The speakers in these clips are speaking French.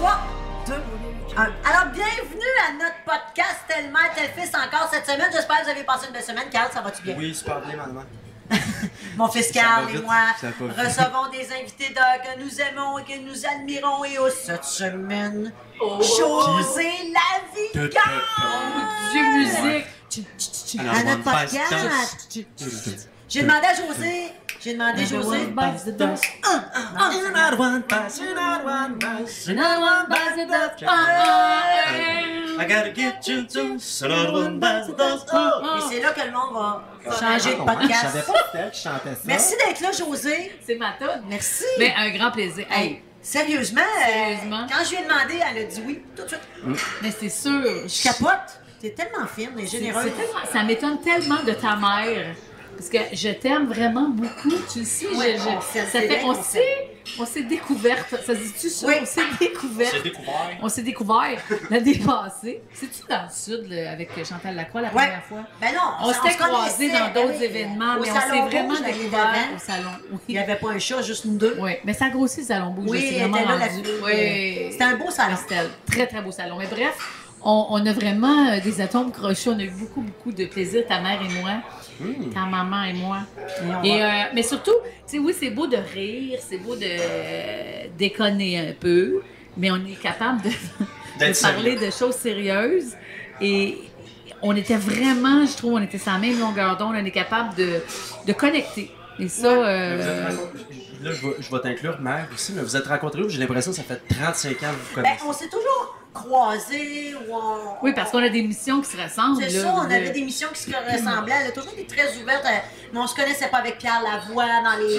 3, 2, 1. Alors, bienvenue à notre podcast Tellement tel fils encore cette semaine. J'espère que vous avez passé une belle semaine. Carl, ça va-tu bien? Oui, super bien, maman. Mon fils Carl et moi ça va vite. recevons des invités que nous aimons et que nous admirons. Et cette semaine, José Lavigard! Oh Dieu, musique! À notre podcast. J'ai demandé à José. One bites the dust. Another one bites, another one bites. Another one bites the dust. I gotta get you to another one bites the dust. Et c'est là que le monde va changer de Je podcast. savais pas que c'était elle qui chantait ça. Merci d'être là, José. C'est ma toune. Merci. Mais un grand plaisir. Hey, sérieusement, Sérieusement? quand je lui ai demandé, elle a dit oui, tout de suite. Mais c'est sûr. Je capote. T'es tellement fine et généreuse. Ça m'étonne tellement de ta mère. Parce que je t'aime vraiment beaucoup. Tu le sais, Ouais, on s'est découverte. Ça se dit-tu ça? Oui. On s'est découverte. J'ai découvert. On s'est découvert l'année passée. C'est-tu dans le sud là, avec Chantal Lacroix la première fois? Ben non, On s'était se croisés connaissait, dans d'autres oui, événements, au mais on Salon s'est Rouge, vraiment l'année découvert d'avant. au salon. Il Oui. n'y avait pas un chat, juste nous deux. Oui, mais ça a grossi le salon Bouge. Oui, c'est elle vraiment était là, la rendu. fille. Oui. C'était un beau salon. C'était un très, très beau salon. Mais bref, on a vraiment des atomes crochus. On a eu beaucoup, beaucoup de plaisir, ta mère et moi, ta maman et moi. Mais surtout, tu sais, oui, c'est beau de rire, c'est beau de déconner un peu, mais on est capable de parler de choses sérieuses. Et on était vraiment, je trouve, on était sur la même longueur d'onde. On est capable de connecter. Et ça... Là, je vais t'inclure, mère aussi, mais vous êtes rencontrés où? J'ai l'impression que ça fait 35 ans que vous vous Ben, connaissez. on s'est toujours croisés ou on... Oui, parce qu'on a des missions qui se ressemblent. C'est là, ça, on de- avait des missions qui se ressemblaient. Elle a toujours été très ouverte. Mais on se connaissait pas avec Pierre Lavoie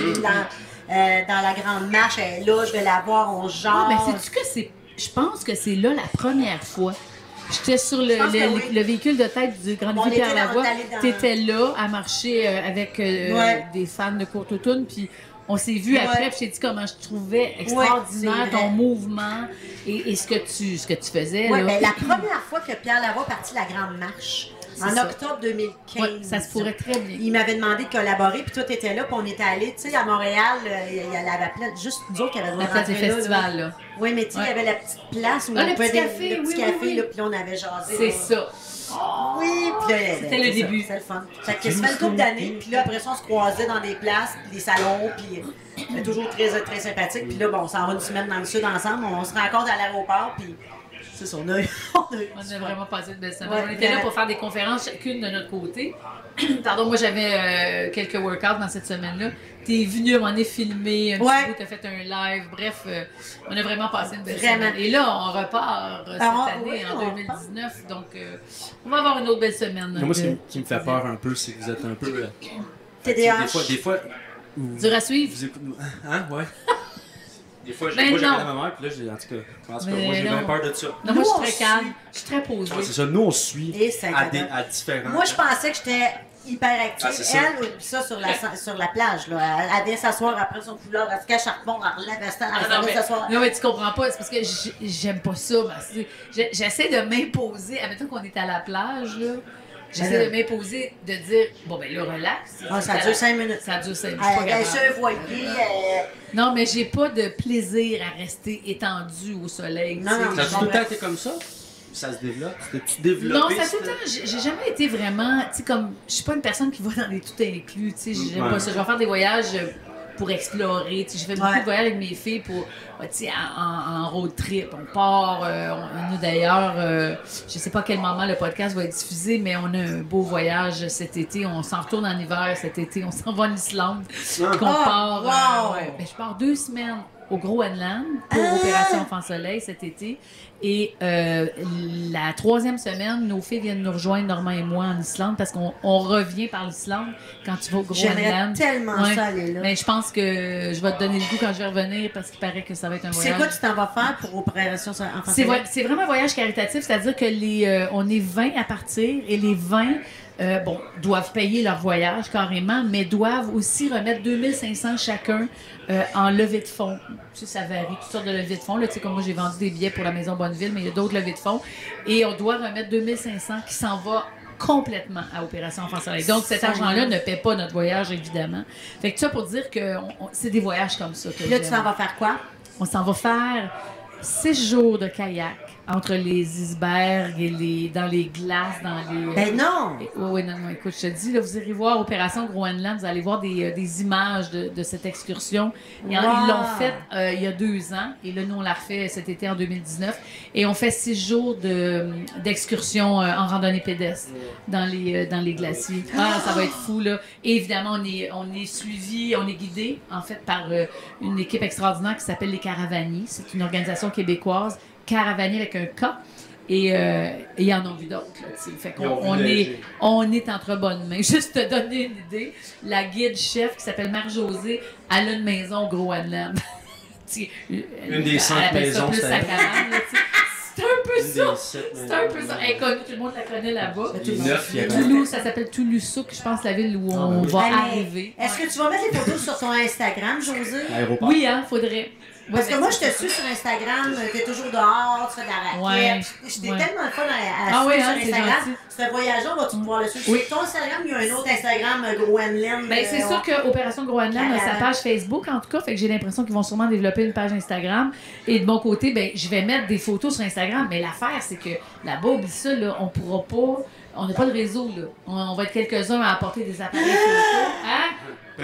dans la grande marche. Elle est là, je vais la voir, on jase. Ah, mais sais-tu que c'est... Je pense que c'est là la première fois. J'étais sur Je pense que oui. le véhicule de tête du Grand On Défi Pierre était dans- Lavoie. on est allé dans- T'étais là à marcher avec Ouais. des fans de Courte Automne, puis on s'est vu Ouais. après, puis j'ai dit comment je trouvais extraordinaire c'est vrai. ton mouvement et ce que tu faisais. Oui, là. ben, la première fois que Pierre Lavoie est parti la grande marche, en ça. octobre 2015. Ouais, ça se pourrait très bien. Il m'avait demandé de collaborer, puis toi, t'étais là, puis on était allés, tu sais, à Montréal, il y avait plein, juste nous autres qui avaient le droit de La fête des rentrer là, festivals, là. Oui, mais tu sais, il y Ouais. avait la petite place où Ah, on le pouvait petit café, le petit oui, café, oui, oui. là, puis là, on avait jasé. C'est là. ça. Oui, puis là, C'était le début. C'est le fun. Fait que ça fait une couple d'années, puis là, après ça, on se croisait dans des places, puis des salons, puis c'était toujours très, très sympathique. Puis là, bon, on s'en va une semaine dans le sud ensemble, on se rencontre à l'aéroport, puis c'est ça, on a eu On a vraiment passé une belle semaine. Ouais, on était là vraiment. pour faire des conférences chacune de notre côté. Pardon, moi j'avais quelques workouts dans cette semaine-là. T'es venu à m'en filmer un Ouais. petit bout, t'as fait un live. Bref, on a vraiment passé une belle Vraiment. semaine. Et là, on repart cette Ah, année, oui, en on 2019. Donc, on va avoir une autre belle semaine. Mais moi, ce de- qui me fait peur un peu, c'est que vous êtes un peu. TDAH. Des fois. Vous, Dur à suivre. vous écoutez. Hein, ouais. Des fois, Ben moi, j'appelle non. à ma mère, puis là, en tout cas, moi, Mais j'ai non. bien peur de ça. Non, moi, Nous, je on suis très calme. Je suis très posée. Ouais, c'est ça, nous, on se suit Et c'est à incroyable. différents. Moi, je pensais que j'étais hyper active. Ah, c'est ça. Elle, ça sur la plage, là. Elle vient s'asseoir après son foulard, elle se cache à répondre, elle relève, elle Non, vient s'asseoir. non, mais tu comprends pas, c'est parce que j'aime pas ça. J'essaie de m'imposer. Admettons qu'on est à la plage, là. J'essaie de m'imposer, de dire, bon, ben là, relax. Ah, ça dure 5 minutes. Ça dure 5 minutes. je suis pas Elle est capable. sur un voilier. Non, mais j'ai pas de plaisir à rester étendue au soleil. Non, tu sais. non, Ça a je tout le comprends. temps été comme ça? Ça se développe? C'était-tu développé? Non, ça tout le temps, j'ai jamais été vraiment, tu sais, comme, je suis pas une personne qui va dans les tout inclus, tu sais, j'aime Ouais. pas ça. Je vais faire des voyages pour explorer, tu sais, j'ai fait beaucoup Ouais. de voyages avec mes filles pour, tu sais, en road trip. On part, nous d'ailleurs, je sais pas à quel moment le podcast va être diffusé, mais on a un beau voyage cet été, on s'en retourne en hiver cet été, on s'en va en Islande, puis on part, wow! ben, je pars 2 semaines au Groenland pour Opération Enfant Soleil cet été. Et la 3e semaine, nos filles viennent nous rejoindre, Normand et moi, en Islande, parce qu'on revient par l'Islande quand tu vas au J'aimerais Groenland. tellement ça aller là. Mais je pense que je vais te donner le goût quand je vais revenir, parce qu'il paraît que ça va être un C'est voyage. quoi tu t'en vas faire pour Opération Enfant C'est Soleil? c'est vraiment un voyage caritatif, c'est-à-dire que on est 20 à partir et les 20 doivent payer leur voyage carrément, mais doivent aussi remettre 2500 chacun en levée de fonds. Tu sais, ça varie, toutes sortes de levées de fonds. Là, tu sais, comme moi, j'ai vendu des billets pour la Maison Bonneville, mais il y a d'autres levées de fonds. Et on doit remettre 2500 qui s'en va complètement à Opération Enfant Soleil. Donc, cet argent-là ne paie pas notre voyage, évidemment. Fait que ça pour dire que c'est des voyages comme ça. que Puis là, tu j'aime. t'en vas faire quoi? On s'en va faire 6 jours de kayak entre les icebergs et dans les glaces, dans les... Ben non! Oui, non, écoute, je te dis, là, vous irez voir Opération Groenland, vous allez voir des images de cette excursion. Ils l'ont fait il y a 2 ans, et là, nous, on l'a refait cet été en 2019, et on fait 6 jours d'excursion en randonnée pédestre dans les glaciers. Ah, ça va être fou, là. Et évidemment, on est suivi, on est guidé, en fait, par une équipe extraordinaire qui s'appelle les Caravaniers. C'est une organisation québécoise, Caravanier avec un K. Et ils en ont vu d'autres. Fait qu'on on est entre bonnes mains. Juste te donner une idée, la guide chef qui s'appelle Marie-Josée, elle a une maison au Groenland. Une des 5 maisons, c'est un peu ça. C'est un peu ça. Elle est connue, tout le monde la connaît là-bas. Toulouse, ça s'appelle Toulouse-Souk, je pense, la ville où on va arriver. Est-ce que tu vas mettre les photos sur ton Instagram, Josée? Oui, hein, faudrait. Parce que moi, je te suis sur Instagram, t'es toujours dehors, tu fais de la raquette. J'étais tellement le fun à suivre sur Instagram. Ce voyage-là, on va pouvoir le suivre. Sur ton Instagram, il y a un autre Instagram, Groenland. Ben, c'est sûr que Opération Groenland a sa page Facebook, en tout cas, fait que j'ai l'impression qu'ils vont sûrement développer une page Instagram. Et de mon côté, ben, je vais mettre des photos sur Instagram. Mais l'affaire, c'est que là-bas, oublie ça, là, on pourra pas... On n'a pas de réseau, là. On va être quelques-uns à apporter des appareils photos. Hein?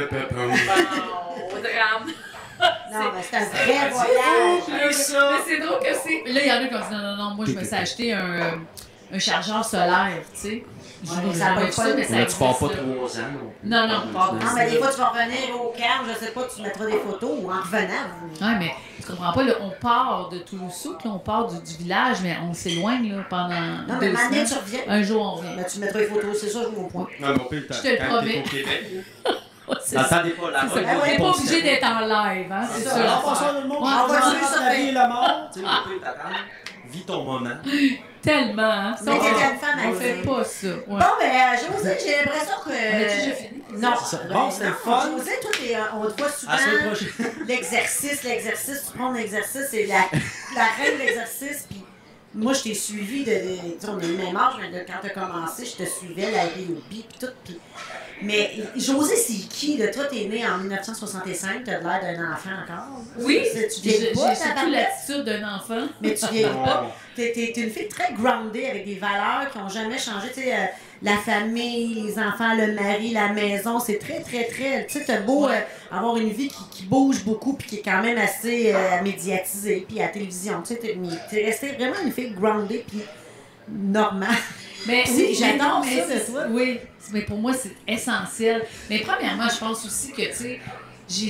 Au drame. Non, mais c'est un vrai voyage. Mais c'est drôle que c'est. Là, il y en a qui ont dit non, moi, je me suis acheté un chargeur solaire, tu sais. Ça va pas ça, mais tu pars pas 3 ans. Non, pas. Non, mais des fois, tu vas revenir au camp, je sais pas, tu mettras des photos ou en revenant. Oui, mais tu comprends pas, là, on part de Toulouse-Souk, on part du village, mais on s'éloigne là, pendant. Non, mais maintenant, tu reviens. Un jour, on revient. Mais tu mettras des photos, c'est ça, mon point. Non, mais on peut le temps. Je te le promets. N'attendez pas la On n'est pas obligé d'être en live, hein? C'est ça. En passant, le monde, on va juste la vie et la mort. Tu sais, on peut t'attendre. Vis ton moment. Tellement, hein? Mais t'es une femme on fait pas ça. Ouais. Bon, ben, Josée, j'ai l'impression que. On a déjà fini? Non. Bon, c'était fun. Josée, toi, on te voit souvent. L'exercice, tu prends l'exercice, c'est la reine de l'exercice, puis. Moi, je t'ai suivi on a eu le même âge, mais quand tu as commencé, je te suivais, la rugby, puis tout. Mais Josée, c'est qui? Toi, t'es née en 1965, t'as l'air d'un enfant encore. Oui, tu viens pas, j'ai surtout l'attitude d'un enfant. Mais tu viens pas. T'es une fille très grounded, avec des valeurs qui n'ont jamais changé. Tu sais, la famille, les enfants, le mari, la maison, c'est très, très, très... Tu sais, t'as beau avoir une vie qui bouge beaucoup puis qui est quand même assez médiatisée, puis à la télévision. Tu sais, t'es restée vraiment une fille grounded puis normale. Mais j'adore ça de toi. Oui, mais pour moi, c'est essentiel. Mais premièrement, je pense aussi que, tu sais, je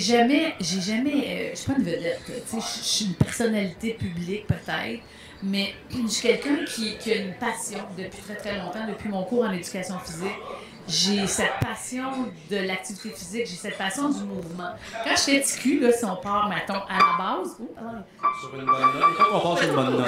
suis pas une vedette, tu sais, je suis une personnalité publique peut-être, mais je suis quelqu'un qui a une passion depuis très très longtemps, depuis mon cours en éducation physique. J'ai cette passion de l'activité physique, j'ai cette passion du mouvement. Quand j'étais petit cul, là, si on part, mettons, à la base... Sur une bonne note. Et quand on part sur une bonne note.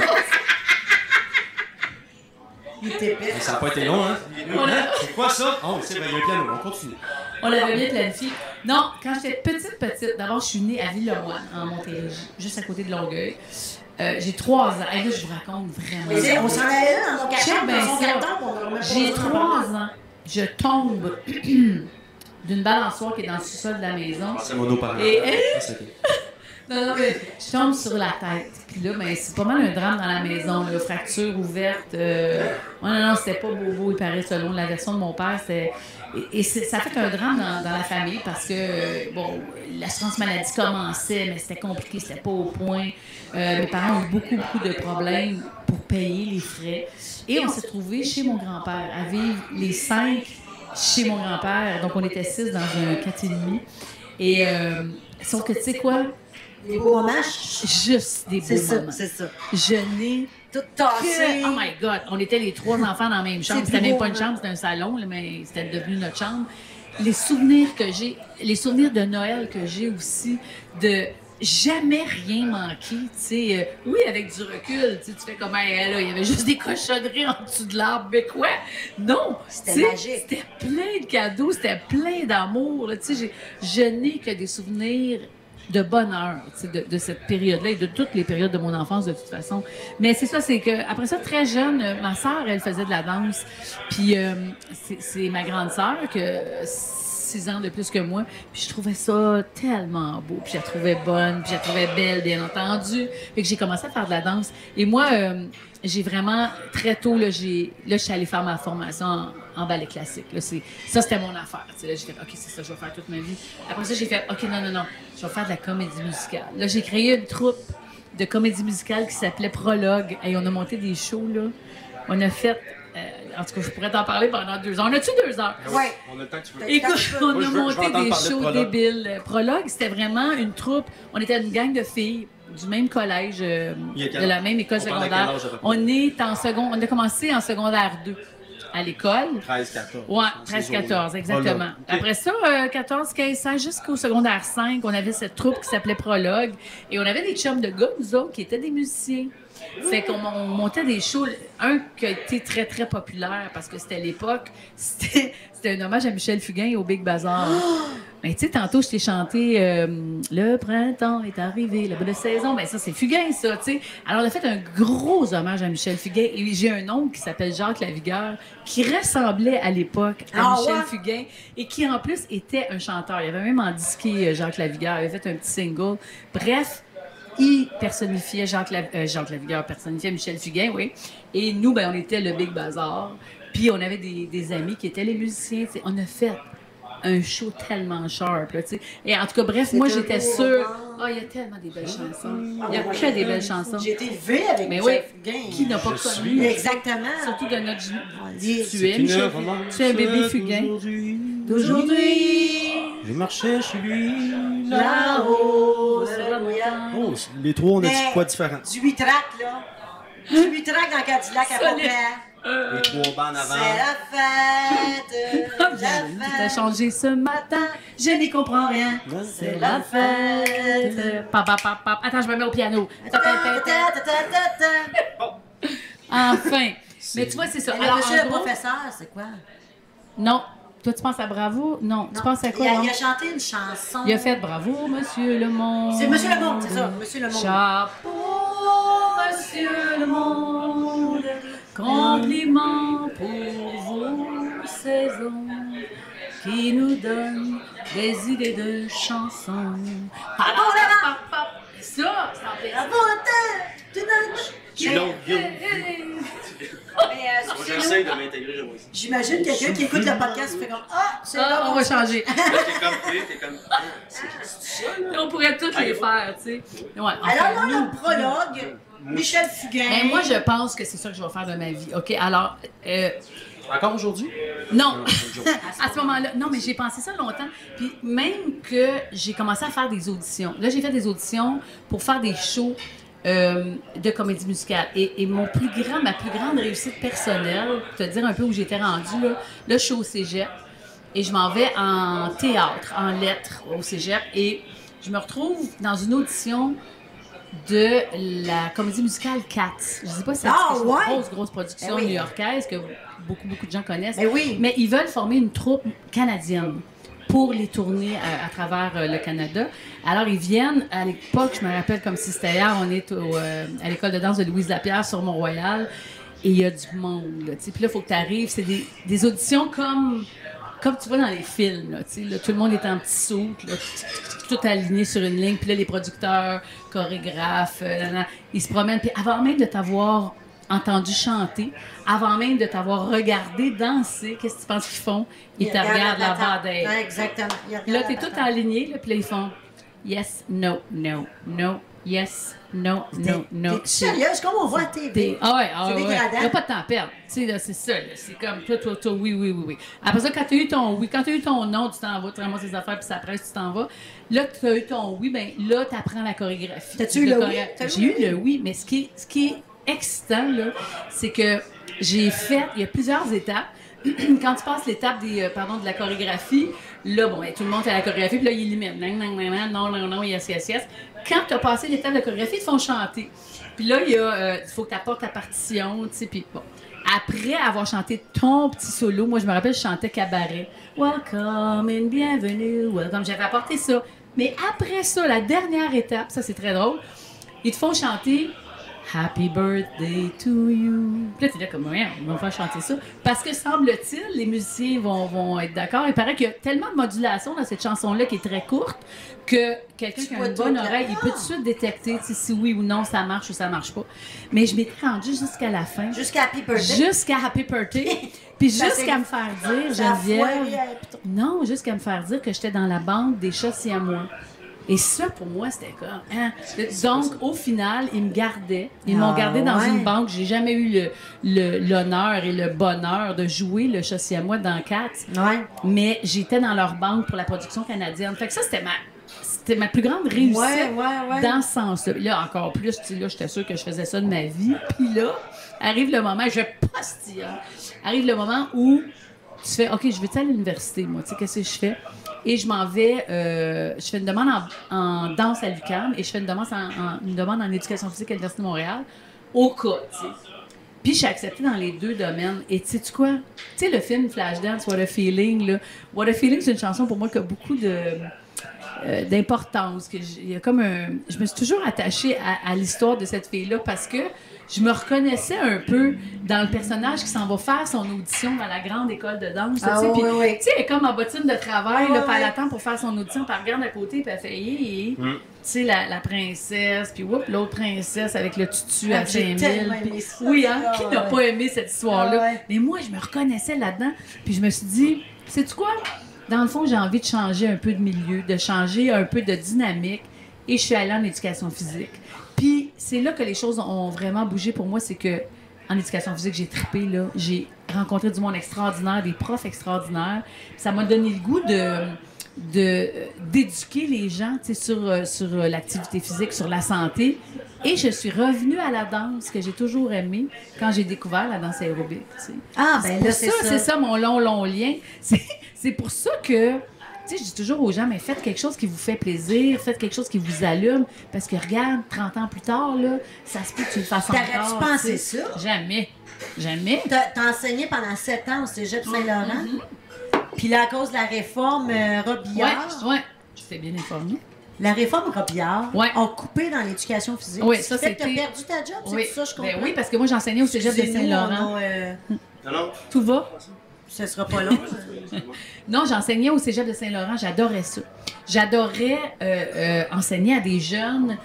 Ça n'a pas été long, hein? C'est quoi ça? Oh, c'est bien, il y a un piano, on continue. On l'avait bien planifié. Non, quand j'étais petite, d'abord, je suis née à Villemoine, en Montérégie, juste à côté de Longueuil. J'ai 3 ans. Et là, je vous raconte vraiment. On s'en allait là, dans mon carton. J'ai 3 ans. Je tombe d'une balançoire qui est dans le sous-sol de la maison. C'est monoparental. Non, mais je tombe sur la tête. Puis là, ben, c'est pas mal un drame dans la maison. Là. Fracture ouverte. Non, c'était pas beau, il paraît, selon la version de mon père. Et ça fait un drame dans la famille parce que, bon, l'assurance maladie commençait, mais c'était compliqué, c'était pas au point. Mes parents ont eu beaucoup de problèmes pour payer les frais. Et on s'est trouvés chez mon grand-père, à vivre les 5 chez mon grand-père. Donc, on était 6 dans un 4,5. Et, sauf que, tu sais quoi? Des beaux moments? Juste des beaux moments. C'est ça. Je n'ai tout tassé. Oh my God! On était les 3 enfants dans la même chambre. C'était même pas une chambre, c'était un salon, là, mais c'était devenu notre chambre. Les souvenirs de Noël que j'ai aussi, de jamais rien manqué, tu sais. Oui, avec du recul, tu fais comme, hey, là, il y avait juste des cochonneries en dessous de l'arbre, mais quoi? Non! C'était magique. C'était plein de cadeaux, c'était plein d'amour, tu sais. Je n'ai que des souvenirs de bonheur de cette période-là et de toutes les périodes de mon enfance de toute façon. Mais c'est ça, c'est que après ça, très jeune, ma sœur, elle faisait de la danse. Puis c'est ma grande sœur que 6 ans de plus que moi. Puis je trouvais ça tellement beau. Puis je la trouvais bonne, puis je la trouvais belle, bien entendu. Fait que j'ai commencé à faire de la danse. Et moi, j'ai vraiment, très tôt, là, je suis allée faire ma formation en ballet classique. Là, ça, c'était mon affaire. Là, j'ai fait, OK, c'est ça, je vais faire toute ma vie. Après ça, j'ai fait, OK, non, je vais faire de la comédie musicale. Là, j'ai créé une troupe de comédie musicale qui s'appelait Prologue. Et on a monté des shows, là. On a fait... en tout cas, je pourrais t'en parler pendant 2 heures. On a-tu 2 heures? Oui. On a le temps que tu veux. Écoute, on a monté des shows Prologue. débiles. Prologue, c'était vraiment une troupe. On était une gang de filles du même collège, de la même école secondaire. On a commencé en secondaire 2 à l'école. 13-14. Ouais, 13-14, exactement. Après ça, 14, 15, 16, jusqu'au secondaire 5, on avait cette troupe qui s'appelait Prologue. Et on avait des chums de gars, nous autres, qui étaient des musiciens. Fait qu'on montait des shows. Un qui a été très, très populaire, parce que c'était l'époque, c'était un hommage à Michel Fugain au Big Bazar. Mais tu sais, tantôt, je t'ai chanté Le printemps est arrivé, la belle saison. Ben ça, c'est Fugain, ça, tu sais. Alors, on a fait un gros hommage à Michel Fugain. Et j'ai un oncle qui s'appelle Jacques Lavigueur, qui ressemblait à l'époque à Michel Fugain et qui, en plus, était un chanteur. Il avait même endisqué Jacques Lavigueur. Il avait fait un petit single. Bref, il personnifiait Jacques Lavigueur, personnifiait Michel Fugain, oui. Et nous, ben, on était le Big Bazar. Puis on avait des amis qui étaient les musiciens. T'sais. On a fait un show tellement sharp, là, tu sais. Et en tout cas, bref, moi, j'étais sûre... Ah, il y a tellement des belles chansons. Il n'y a que des belles chansons. J'ai été élevée avec Michel Fugain. Qui n'a pas connu? Exactement. Surtout de notre... Tu es Michel Fugain. Tu es un bébé Fugain. D'aujourd'hui, j'ai marché chez lui, là-haut, Oh, les trois, on a dit quoi différent? Du 8-track, là. Du 8-track dans Cadillac à peu près. Les 3 bancs en avant. C'est la fête, la Tout a fête. changé ce matin, je n'y comprends rien. C'est la fête. Attends, je me mets au piano. Enfin. Mais tu vois, c'est ça. Alors, monsieur en le gros- professeur, c'est quoi? Non. Toi, tu penses à Bravo? Non. Tu penses à quoi? Il a chanté une chanson. Il a fait Bravo, Monsieur le Monde. C'est Monsieur le Monde, c'est ça, Monsieur le Monde. Chapeau, Monsieur le Monde. Compliments pour vos saisons qui nous donnent des idées de chansons. Ça, c'est en pérave. Tu l'as J'essaie de m'intégrer moi aussi. J'imagine quelqu'un qui écoute le podcast fait comme ah, c'est là. On va changer. T'es comme. C'est ça, là? On pourrait toutes les faire, tu sais. Ouais, enfin, Alors là, le prologue, Michel Fugain. Mais moi, je pense que c'est ça que je vais faire de ma vie. OK, alors... Encore aujourd'hui? Non, à ce moment-là, non, mais j'ai pensé ça longtemps. Puis même que j'ai commencé à faire des auditions. Là, j'ai fait des auditions pour faire des shows de comédie musicale. Et ma plus grande réussite personnelle, pour te dire un peu où j'étais rendue, là, je suis au cégep et je m'en vais en théâtre, en lettres au cégep. Et je me retrouve dans une audition de la comédie musicale Cats. Je ne sais pas si c'est une grosse production new-yorkaise que beaucoup de gens connaissent. Mais ils veulent former une troupe canadienne pour les tourner à travers le Canada. Alors, ils viennent, à l'époque, je me rappelle comme si c'était hier, on est à l'école de danse de Louise Lapierre sur Mont-Royal, et il y a du monde, là, puis là, il faut que tu arrives. C'est des auditions comme tu vois dans les films, là, là, tout le monde est en petit soute, là, tout aligné sur une ligne, puis là, les producteurs, chorégraphes, ils se promènent, puis avant même de t'avoir entendu chanter, avant même de t'avoir regardé danser, qu'est-ce que tu penses qu'ils font? Ils te regardent la bandette. Exactement. Là, t'es tout aligné, là, puis là, ils font yes, no, no, no, yes, no, no, no. T'es sérieuse, comme on voit à TV. Ah ouais. C'est dégradant. Il n'y a pas de temps à perdre. Tu sais, là, c'est ça, là. C'est comme toi, oui. Après ça, quand tu as eu ton oui, quand tu as eu ton non, tu t'en vas, tu ramasses tes affaires, puis ça presse, tu t'en vas. Là, tu as eu ton oui, ben là, tu apprends la chorégraphie. T'as-tu eu le oui? J'ai eu le oui, mais ce qui est excitant, là, c'est que il y a plusieurs étapes. Quand tu passes l'étape de la chorégraphie, là, bon, tout le monde fait la chorégraphie, puis là, ils éliminent. Non, yes. Quand tu as passé l'étape de la chorégraphie, ils te font chanter. Puis là, il faut que tu apportes ta partition, tu sais, puis bon. Après avoir chanté ton petit solo, moi, je me rappelle, je chantais Cabaret. Welcome and bienvenue, welcome. J'avais apporté ça. Mais après ça, la dernière étape, ça, c'est très drôle, ils te font chanter Happy birthday to you. Puis là, t'es là comme, ouais, on va me faire chanter ça. Parce que, semble-t-il, les musiciens vont être d'accord. Il paraît qu'il y a tellement de modulation dans cette chanson-là qui est très courte que quelqu'un qui a une bonne oreille, il peut tout de suite détecter si oui ou non ça marche ou ça marche pas. Mais je m'étais rendue jusqu'à la fin. Jusqu'à Happy Birthday? Jusqu'à Happy Birthday. Puis jusqu'à me faire dire, Geneviève... Non, jusqu'à me faire dire que j'étais dans la bande des chats siamois. Et ça, pour moi, c'était comme... Hein? Donc, au final, ils me gardaient. Ils m'ont gardé dans une banque. J'ai jamais eu l'honneur et le bonheur de jouer le chat siamois dans Cats. Ouais. Mais j'étais dans leur banque pour la production canadienne. Fait que ça, c'était ma plus grande réussite dans ce sens-là. Là, encore plus, là, j'étais sûre que je faisais ça de ma vie. Puis là, arrive le moment, je postille, hein, arrive le moment où tu fais, OK, je vais-tu aller à l'université, moi? Tu sais, qu'est-ce que je fais? Et je m'en vais, je fais une demande en danse à l'UQAM et je fais une demande en éducation physique à l'Université de Montréal, au cas, tu sais. Puis je suis acceptée dans les deux domaines. Et tu sais quoi? Tu sais, le film Flashdance, What a Feeling, là. What a Feeling, c'est une chanson pour moi qui a beaucoup d'importance. Il y a comme je me suis toujours attachée à l'histoire de cette fille-là parce que je me reconnaissais un peu dans le personnage qui s'en va faire son audition dans la grande école de danse. Tu sais, elle est comme en bottine de travail, puis elle attend pour faire son audition, puis elle regarde à côté, puis elle fait tu sais, la princesse, puis l'autre princesse avec le tutu à 5000. Oui, hein? Qui n'a pas aimé cette histoire-là? Mais moi, je me reconnaissais là-dedans, puis je me suis dit, sais-tu quoi? Dans le fond, j'ai envie de changer un peu de milieu, de changer un peu de dynamique, et je suis allée en éducation physique. Puis c'est là que les choses ont vraiment bougé pour moi, c'est que en éducation physique, j'ai trippé, là. J'ai rencontré du monde extraordinaire, des profs extraordinaires. Ça m'a donné le goût d'éduquer les gens, tu sais, sur l'activité physique, sur la santé. Et je suis revenue à la danse que j'ai toujours aimée quand j'ai découvert la danse aérobique. Tu sais. Ah, ben là, c'est ça mon long lien. C'est pour ça que... Tu sais, je dis toujours aux gens, mais faites quelque chose qui vous fait plaisir, faites quelque chose qui vous allume, parce que regarde, 30 ans plus tard, là, ça se peut que tu le fasses encore. T'aurais-tu pensé ça? Jamais. Jamais. T'as enseigné pendant 7 ans au Cégep Saint-Laurent, puis là, à cause de la réforme Robillard... Oui, je t'ai bien informée. La réforme Robillard a coupé dans l'éducation physique. Oui, ça c'était... T'as perdu ta job, c'est ça, je comprends? Ben oui, parce que moi, j'enseignais au Cégep de Saint-Laurent. Non. Tout va? Ça sera pas long. Non, j'enseignais au Cégep de Saint-Laurent. J'adorais ça. J'adorais enseigner à des jeunes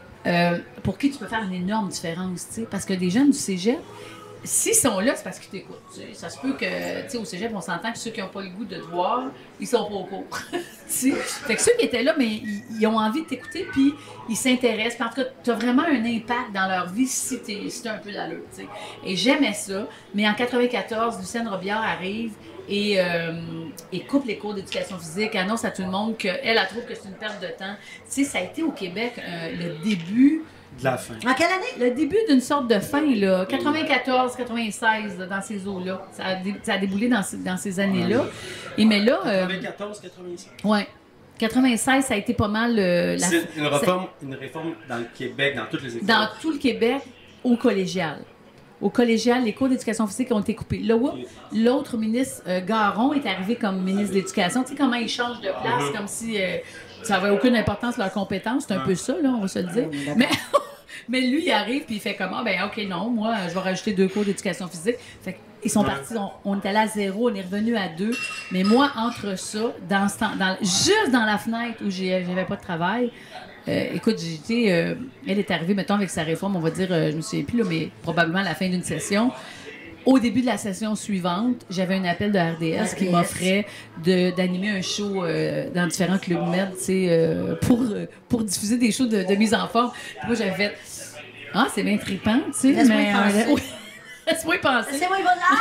pour qui tu peux faire une énorme différence, tu sais. Parce que des jeunes du Cégep, s'ils sont là, c'est parce qu'ils t'écoutent. Ça se peut que, tu sais, au Cégep, on s'entend que ceux qui n'ont pas le goût de te voir, ils sont pas au cours. Fait que ceux qui étaient là, mais ils ont envie de t'écouter, puis ils s'intéressent. Puis en tout cas, tu as vraiment un impact dans leur vie si t'es un peu d'allure, tu sais. Et j'aimais ça. Mais en 94, Lucienne Robillard arrive et coupe les cours d'éducation physique, annonce à tout le monde qu'elle trouve que c'est une perte de temps. Tu sais, ça a été au Québec le début... De la fin. En quelle année? Le début d'une sorte de fin, là. 94, 96, dans ces eaux-là. Ça a déboulé dans ces années-là. Et mais là... 94, 96. Oui. 96, ça a été pas mal... C'est une réforme dans le Québec, dans toutes les écoles. Dans tout le Québec, au collégial. Au collégial, les cours d'éducation physique ont été coupés. Là, l'autre ministre, Garon, est arrivé comme ministre de l'Éducation. Tu sais comment ils changent de place, comme si ça n'avait aucune importance leurs compétences. C'est un peu ça, là, on va se le dire. Mais lui, il arrive puis il fait comment? Ben OK, non, moi, je vais rajouter 2 cours d'éducation physique. Fait ils sont partis, on est allé à 0, on est revenu à 2. Mais moi, entre ça, dans ce temps, juste dans la fenêtre où j'avais pas de travail, écoute, elle est arrivée, mettons, avec sa réforme, on va dire, je me souviens plus, là, mais probablement à la fin d'une session. Au début de la session suivante, j'avais un appel de RDS qui m'offrait d'animer un show dans différents clubs med, tu sais, pour diffuser des shows de mise en forme. Puis moi, j'avais fait « Ah, c'est bien trippant, tu sais, mais... » Laisse-moi y penser. Laisse-moi y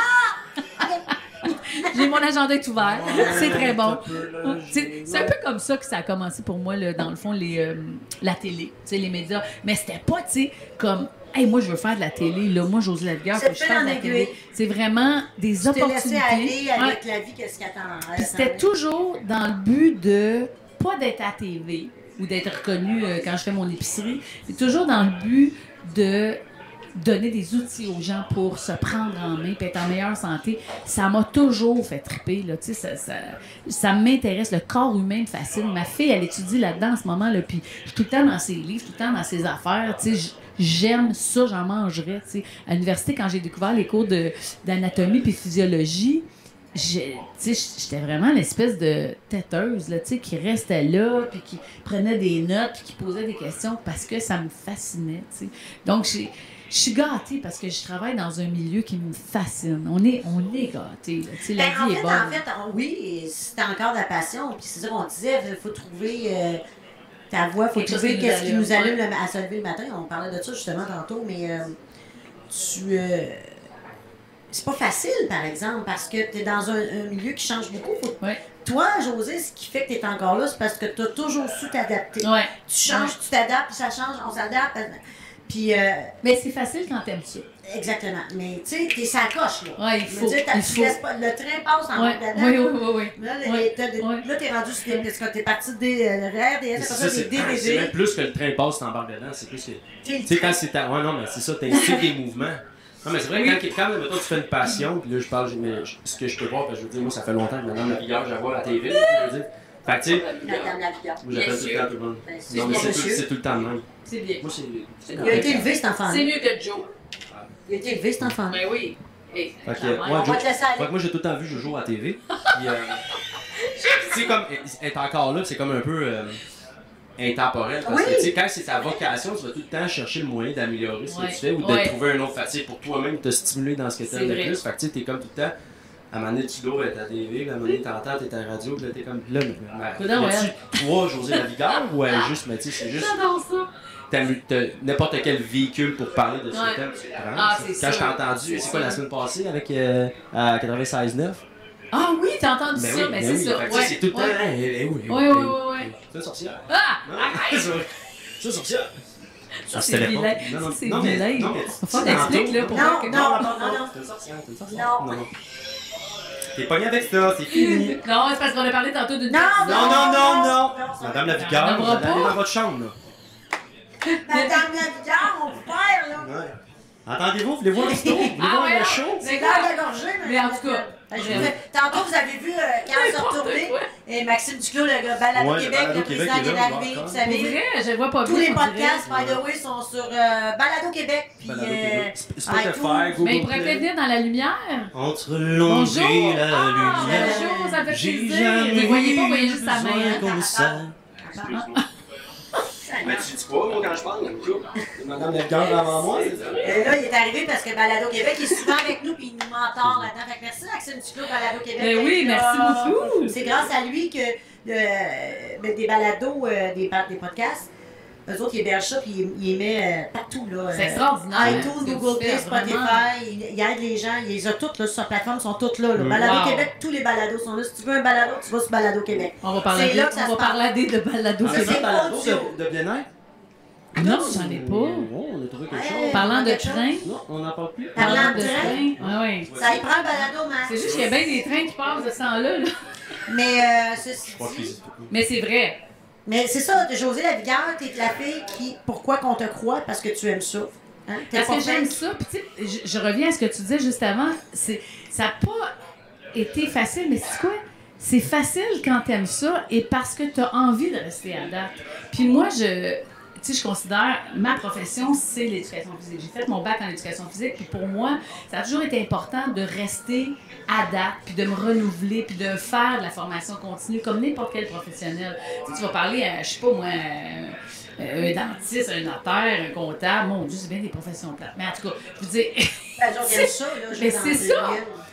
penser. J'ai mon agenda est ouvert. C'est très bon. C'est un peu comme ça que ça a commencé pour moi, là, dans le fond, la télé, les médias. Mais c'était pas, tu sais, comme... Hey, moi, je veux faire de la télé. Là. Moi, Josée Lavigueur, faut que je fasse de la télé. C'est vraiment des opportunités. Tu t'es laissé aller avec la vie, qu'est-ce qu'elle t'en reste. Puis c'était toujours dans le but de, pas d'être à TV ou d'être reconnue quand je fais mon épicerie, c'est toujours dans le but donner des outils aux gens pour se prendre en main et être en meilleure santé, ça m'a toujours fait triper. Là, ça m'intéresse. Le corps humain me fascine. Ma fille, elle étudie là-dedans en ce moment. Là, puis je suis tout le temps dans ses livres, tout le temps dans ses affaires. J'aime ça, j'en mangerais. À l'université, quand j'ai découvert les cours d'anatomie puis physiologie, j'étais vraiment l'espèce de têteuse là, qui restait là, puis qui prenait des notes, puis qui posait des questions parce que ça me fascinait. Donc, je suis gâtée parce que je travaille dans un milieu qui me fascine. On est gâtés. La vie est bonne. En fait, oui, c'est encore de la passion. Puis c'est ça qu'on disait, il faut trouver ta voix, il faut trouver qu'est-ce qui nous allume à se lever le matin. On parlait de ça justement tantôt, mais c'est pas facile, par exemple, parce que tu es dans un milieu qui change beaucoup. Toi, Josée, ce qui fait que tu es encore là, c'est parce que tu as toujours su t'adapter. Ouais. Tu changes, tu t'adaptes, puis ça change, on s'adapte. Puis, mais c'est facile quand t'aimes ça. Exactement. Mais tu sais, t'es sa coche, là. Ouais, il faut. Tu laisses pas, le train passe en bas dedans. Oui. Là, t'es rendu sur des. Parce que t'es parti des RDS, après ça, des DVD. C'est même plus que le train passe, t'embarques dedans. C'est plus que. Tu sais, quand c'est ta. Ouais, non, mais c'est ça, t'instilles des mouvements. Non, mais c'est vrai que quand mettons, tu fais une passion, puis là, je parle, mais ce que je peux voir, parce que je veux dire, moi, ça fait longtemps que Madame Lavigueur, je la vois à la TV, je veux dire. Fait que, tu sais. Madame Lavigueur. J'appelle tout le temps tout le monde. Non, mais c'est tout le temps le même. C'est bien. Moi, il a été élevé, cet enfant-là. C'est mieux que Joe. Il a été élevé, cet enfant-là. Ben oui. Fait que moi, j'ai tout le temps vu Jojo à la TV. Puis, tu sais, comme, elle est encore là, c'est comme un peu. Intemporel, parce que tu sais, quand c'est ta vocation, tu vas tout le temps chercher le moyen d'améliorer ce que tu fais ou de trouver un autre facile pour toi-même te stimuler dans ce que tu aimes le plus. Fait que tu sais, t'es comme tout le temps, à un moment donné, tu dois être à la TV, à un moment donné, t'entends, t'es à la radio, puis là, t'es comme, là, tu toi, Josée Lavigueur, ou juste, mais tu sais, c'est juste. N'importe quel véhicule pour parler de ce thème, tu prends. Quand je t'ai entendu, c'est quoi la semaine passée avec à 96.9? Ah oui, t'as entendu ça, mais c'est ça. C'est tout le temps. Oui. C'est sorcière. Ah! C'est sorcière. Ça, c'est vilain. C'est vilain. Faut t'expliquer, là, pour voir que... Non. C'est une sorcière. Non. T'es pogné avec ça, c'est fini. Non, c'est parce qu'on a parlé tantôt d'une... Non. Madame Lavigueur, vous allez aller dans votre chambre, là. Madame Lavigueur, mon frère, là. Ouais. Entendez-vous? Voulez-vous voir le show? Voulez-vous voir le show? C'est grave la gorgée, mais en tout cas... Tantôt, vous avez vu, quand on s'est retourné, et Maxime Duclos, le gars Balado Québec, le président qui est arrivé, vous savez. Je le vois pas bien. Tous les podcasts, by the way, sont sur Balado Québec, puis Spotify, Google. Mais il pourrait peut-être venir dans la lumière. Entre l'ombre et la lumière. Bonjour, ça fait plaisir. Vous ne voyez pas, vous voyez juste sa main. Comme ça. Mais tu dis quoi, moi, quand je parle? Madame Lavigueur avant moi, c'est ça? Et là, il est arrivé parce que Balado Québec est souvent avec nous puis il nous mentor là-dedans. Fait que merci Maxime Duclos, Balado Québec. Ben oui, merci beaucoup. C'est grâce à lui que des balados, des podcasts, eux autres, ils hébergent ça puis ils émettent partout. C'est extraordinaire. iTunes, Google Play, Spotify, il aide les gens, ils les ont toutes là, sur sa plateforme, ils sont toutes là. Balado Québec, tous les balados sont là. Si tu veux un balado, tu vas sur Balado Québec. On va parler de Balado Québec. C'est balado de bien-être? Non, j'en ai pas. On a trouvé quelque chose. Parlant de train. Non, on n'en parle plus. Parlant de train. Oui. Ça y prend un balado, Max. C'est juste qu'il y a bien des trains qui passent de ce temps-là. Mais ceci dit... Mais c'est vrai. Mais c'est ça, Josée Lavigueur, t'es la fille qui... Pourquoi qu'on te croit? Parce que tu aimes ça. Hein? Parce que j'aime ça. Puis tu sais, je reviens à ce que tu disais juste avant. Ça n'a pas été facile, mais c'est quoi? C'est facile quand t'aimes ça et parce que t'as envie de rester à date. Puis moi, je considère ma profession, c'est l'éducation physique. J'ai fait mon bac en éducation physique, puis pour moi, ça a toujours été important de rester à date, puis de me renouveler, puis de faire de la formation continue comme n'importe quel professionnel. Tu vas parler à, je sais pas moi, un dentiste, un notaire, un comptable, mon Dieu, c'est bien des professions plates. Mais en tout cas, je veux dire... mais c'est ça!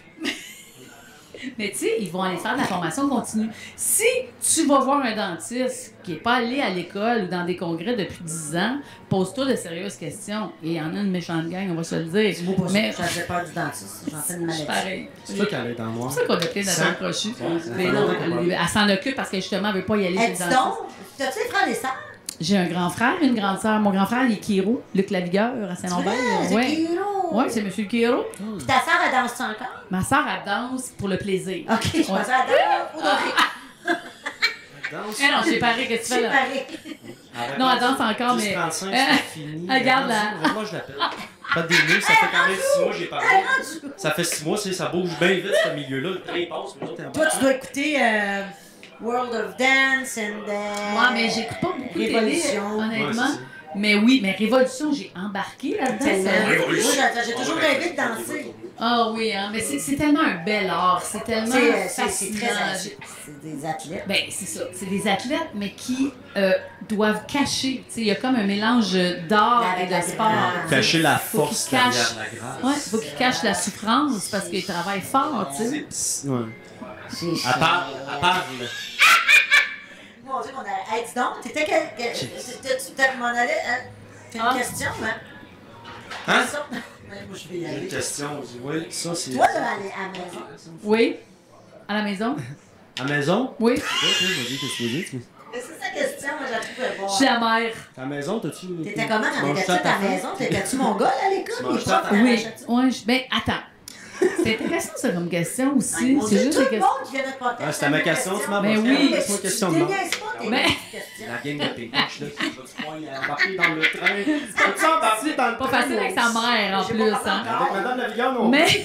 Mais tu sais, ils vont aller faire de la formation continue. Si tu vas voir un dentiste qui n'est pas allé à l'école ou dans des congrès depuis 10 ans, pose-toi de sérieuses questions. Et il y en a une méchante gang, on va se le dire. Mais ça fait peur du dentiste. J'en fais une maladie. Pareil. C'est ça qu'elle est en moi. C'est pour ça qu'on a plein d'attentes crochues. Mais non, elle s'en occupe parce que justement, elle ne veut pas y aller chez le dentiste. Donc, t'as-tu des frères et sœurs? J'ai un grand frère et une grande sœur. Mon grand frère, il est Kiro, Luc Lavigueur à Saint-Lambert. C'est Kiro. Oui, c'est M. Kiro. Puis ta sœur, elle danse encore? Ma sœur, elle danse pour le plaisir. OK, je pensais à danse. Danse. Non, j'ai paré que tu fais là. Non, elle danse encore, mais... 35, c'est fini. Elle garde la... Moi, je l'appelle. Pas des nœuds, ça fait quand même 6 mois que j'ai parlé. Ça fait 6 mois, ça bouge bien vite ce milieu-là. Le train passe, mais toi, tu dois écouter World of Dance and Ouais, mais j'écoute pas beaucoup de télé, Révolution. honnêtement. Ouais, mais oui, mais Révolution, j'ai embarqué là-dedans. Moi, j'ai toujours rêvé de danser. Ah oui, hein, mais c'est tellement un bel art, c'est tellement C'est fascinant. très c'est des athlètes. Ben, c'est ça, c'est des athlètes, mais qui doivent cacher. Tu sais, il y a comme un mélange d'art et de sport. Cacher la Faut force qu'ils cachent- derrière la grâce. Ouais, il faut qu'ils cachent la souffrance parce qu'ils travaillent fort, tu sais. Ouais. Elle parle. Mon Dieu, on a. Hey, dis donc, t'étais tu m'en allais. T'as une question, hein? Hein? Ça? Ouais, moi, je vais y J'ai une aller. question. Oui, ça c'est. Toi, là, à la maison. Oui. À la maison? À la maison? Oui. Ok, vas-y, qu'est-ce que tu veux dire? C'est sa question, moi, je la trouvais Je bonne. suis la mère. À la maison, t'as-tu. T'étais comment Tu quand manges t'étais ça à ta faim? maison? T'étais-tu mon gars à l'école? Tu manges Les ça profs, ta Oui. t'arrachaient ça? Ouais, ben, attends. C'est intéressant, ça, comme question aussi. Mon C'est Dieu, juste tout des le questions. monde qui vient de podcast. Ah, c'était ma question, tu m'as Mais posé. oui. C'est une question de Tu mort. déniaises pas tes Mais- questions. La game de ping-pong, là, tu vas-tu pouvoir embarquer dans le train? Peux-tu embarquer dans le Pas train? facile avec sa mère, en J'ai plus, pas hein. compris. Avec Madame Lavigueur, non? Mais...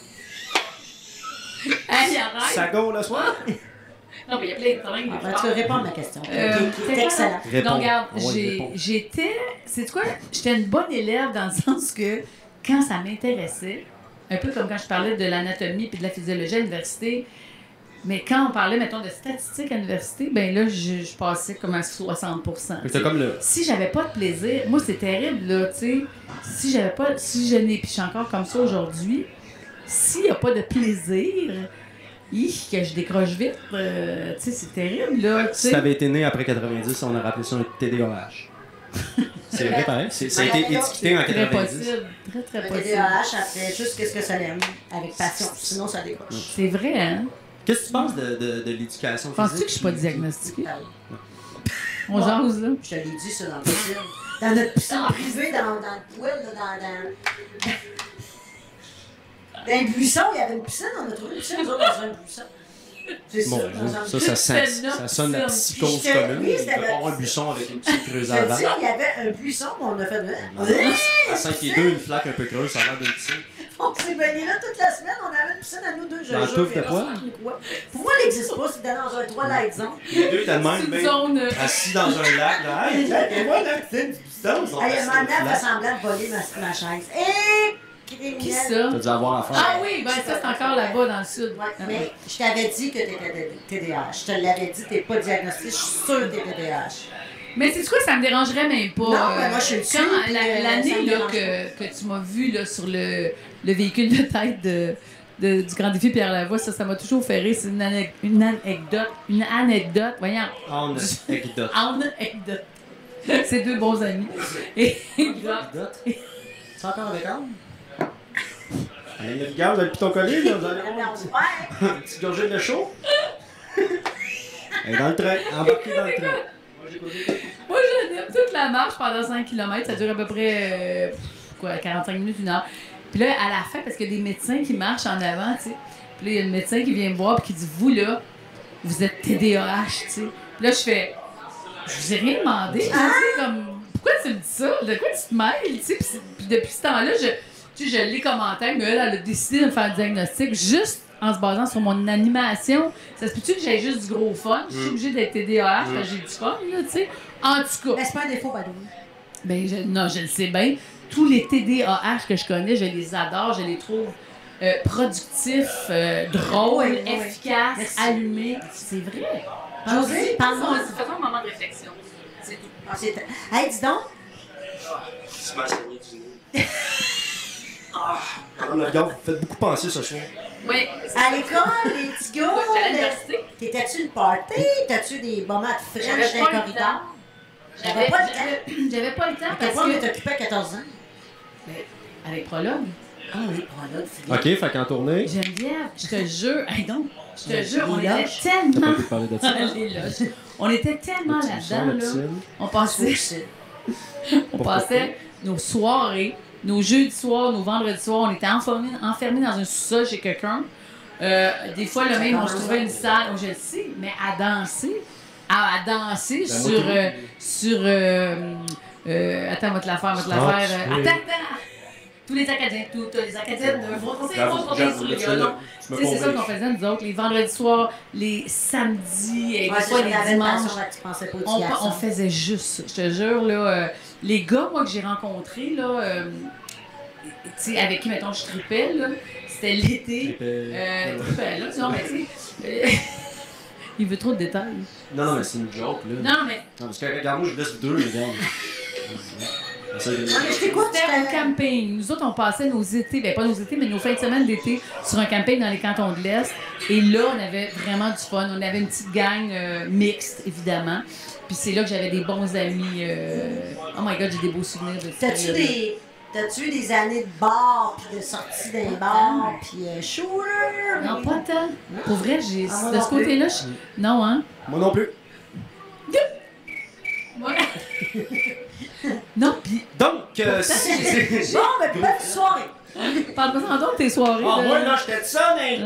Hey, arrête! Ça go le soir? Non, mais il y a plein de problèmes. Ah, ben, tu réponds à ma question. Qui Euh, est excellente. Réponds. Non, regarde, Ouais, réponds. j'étais... C'est quoi? J'étais une bonne élève dans le sens que quand ça m'intéressait, un peu comme quand je parlais de l'anatomie puis de la physiologie à l'université, mais quand on parlait, mettons, de statistiques à l'université, ben là, je passais comme à 60%. C'est comme le. Si j'avais pas de plaisir, moi, c'est terrible, là, tu sais. Si je n'ai, puis je suis encore comme ça aujourd'hui, s'il n'y a pas de plaisir, que je décroche vite, tu sais, c'est terrible, là, tu Si sais. t'avais été né après 90, on aurait appelé ça un TDAH. C'est vrai, pareil. Ça a été étiqueté en Très 90. possible, très, très Le possible. TDAH, ça fait juste qu'est-ce que ça l'aime, avec passion. Sinon, ça décroche. C'est vrai, hein? Qu'est-ce que tu penses de l'éducation physique? Penses-tu que je suis pas diagnostiquée? Ah oui. On jase, là. Je te l'ai dit, ça, dans le piscine. Dans notre piscine privée, dans le poêle, là, dans un buisson, il y avait une piscine. On a trouvé une piscine, nous autres, dans un buisson. C'est Bon, ça. ça sonne la psychose Puis commune. oui, Il c'était peut pas avoir un buisson avec une petite creuse Je en te avant. dis, il y avait un buisson, mais on a fait À 5 et 2, une flaque un peu creuse, ça a l'air d'une piscine. On s'est baigné là toute la semaine, on avait une piscine à nous deux, je Dans le jure, touffe de mais quoi? personne ne croit. Pour moi, elle n'existe pas, c'est dans un Twilight Zone. Les deux, tellement C'est une même zone... assis dans un lac. Là, hey, et moi, la piscine du piston, ils ont Elle assis m'a dans amené le à faire flac. semblant de voler ma chaise. Et criminel. Qui ça? T'as dû avoir affaire. Ah oui, ben ça, c'est encore là-bas, dans le sud. Ouais, mais je t'avais dit que t'étais TDAH. Je te l'avais dit, t'es pas diagnostiqué, je suis sûre que t'es TDAH. Mais c'est quoi, ça me dérangerait même pas. Non, mais moi, je suis dessus, Quand puis, l'année ça me là, dérange que tu m'as vu là, sur le véhicule de tête du Grand Défi Pierre Lavoie, ça m'a toujours fait rire. C'est une anecdote, voyons. En anecdote. Anecdote. C'est deux bons amis. Et C'est encore avec Anne? Allez, le gars, vous avez le piton collé, là, vous allez avoir Ouais. une petite gorgée de chaud. Elle est dans le train, embarquée dans le train. moi, je l'aime toute la marche pendant 5 km. Ça dure à peu près 45 minutes, 1 heure. Puis là, à la fin, parce qu'il y a des médecins qui marchent en avant, tu sais. Puis là, il y a le médecin qui vient me voir et qui dit « Vous, là, vous êtes TDAH, tu sais. » Puis là, je fais « Je vous ai rien demandé. Tu sais, comme, pourquoi tu me dis ça? De quoi tu te mêles? » Tu sais, puis depuis ce temps-là, je l'ai commenté, mais elle a décidé de me faire un diagnostic juste en se basant sur mon animation. Ça se peut-tu que j'ai juste du gros fun? Je suis obligée d'être TDAH parce que j'ai du fun, là, tu sais. En tout cas. Mais c'est pas un défaut, Badou. Ben, non, je le sais bien. Tous les TDAH que je connais, je les adore, je les trouve productifs, drôles, Oui, oui. efficaces, Merci. allumés. C'est vrai. Josée, parle-moi. Faisons un moment de réflexion. C'est tout. Ah, hey, dis donc. Tu m'as saigné du nez. Madame la garde, vous faites beaucoup penser ce soir. Oui. À l'école, les petits gars, J'étais à l'université. t'étais-tu une party? T'as-tu des moments de J'avais fraîche dans pas le le corridor? temps. J'avais pas le temps. J'avais pas le temps T'as parce pas que... t'occupais à 14 ans? Ben, avec prologue. Ah oui, prends-le, Philippe. Ok, fait qu'en tournée. Geneviève, je te jure, hey donc, je te jure, on Les était loges. T'as pas tellement... pu parler de ça. Les loges. On était tellement Le petit son, là-dedans, la là. piscine. On passait... C'est On passait nos soirées, nos jeudis soirs, nos vendredis soirs, on était enfermés dans un sous-sol chez quelqu'un. Des fois, le même, on se trouvait une salle, je le sais, mais à danser. À danser Ben, sur attends, on va te la faire, Ah, oui. Attends. tous les Acadiens, toutes les Acadiennes vont danser sur le violon. C'est ça qu'on faisait, nous autres, les vendredis soirs, les samedis, et des fois les dimanches. On faisait juste ça. Je te jure, là, les gars, moi, que j'ai rencontrés, là, tu sais, avec qui, mettons, je tripais, là, c'était l'été. Tripais, là, tu vois, mais tu sais... Il veut trop de détails. Non, mais c'est une joke, là. Non, mais... Non, parce que, regarde, moi, je laisse deux, regarde. C'était au camping. Nous autres, on passait nos étés, ben pas nos étés, mais nos fins de semaine d'été sur un camping dans les cantons de l'Est. Et là, on avait vraiment du fun. On avait une petite gang mixte, évidemment. Puis c'est là que j'avais des bons amis. Oh my God, j'ai des beaux souvenirs de ça. T'as-tu eu des années de bar, puis de sorties d'un bar, puis shooter? Non, pas tant. Pour vrai, j'ai... de ce côté-là, non, hein? Moi non plus. Ouais. Non, pis... Donc, Bon, mais bonne soirée! Parle-moi donc de tes soirées. Ah, moi, là, j'étais de ça, mais...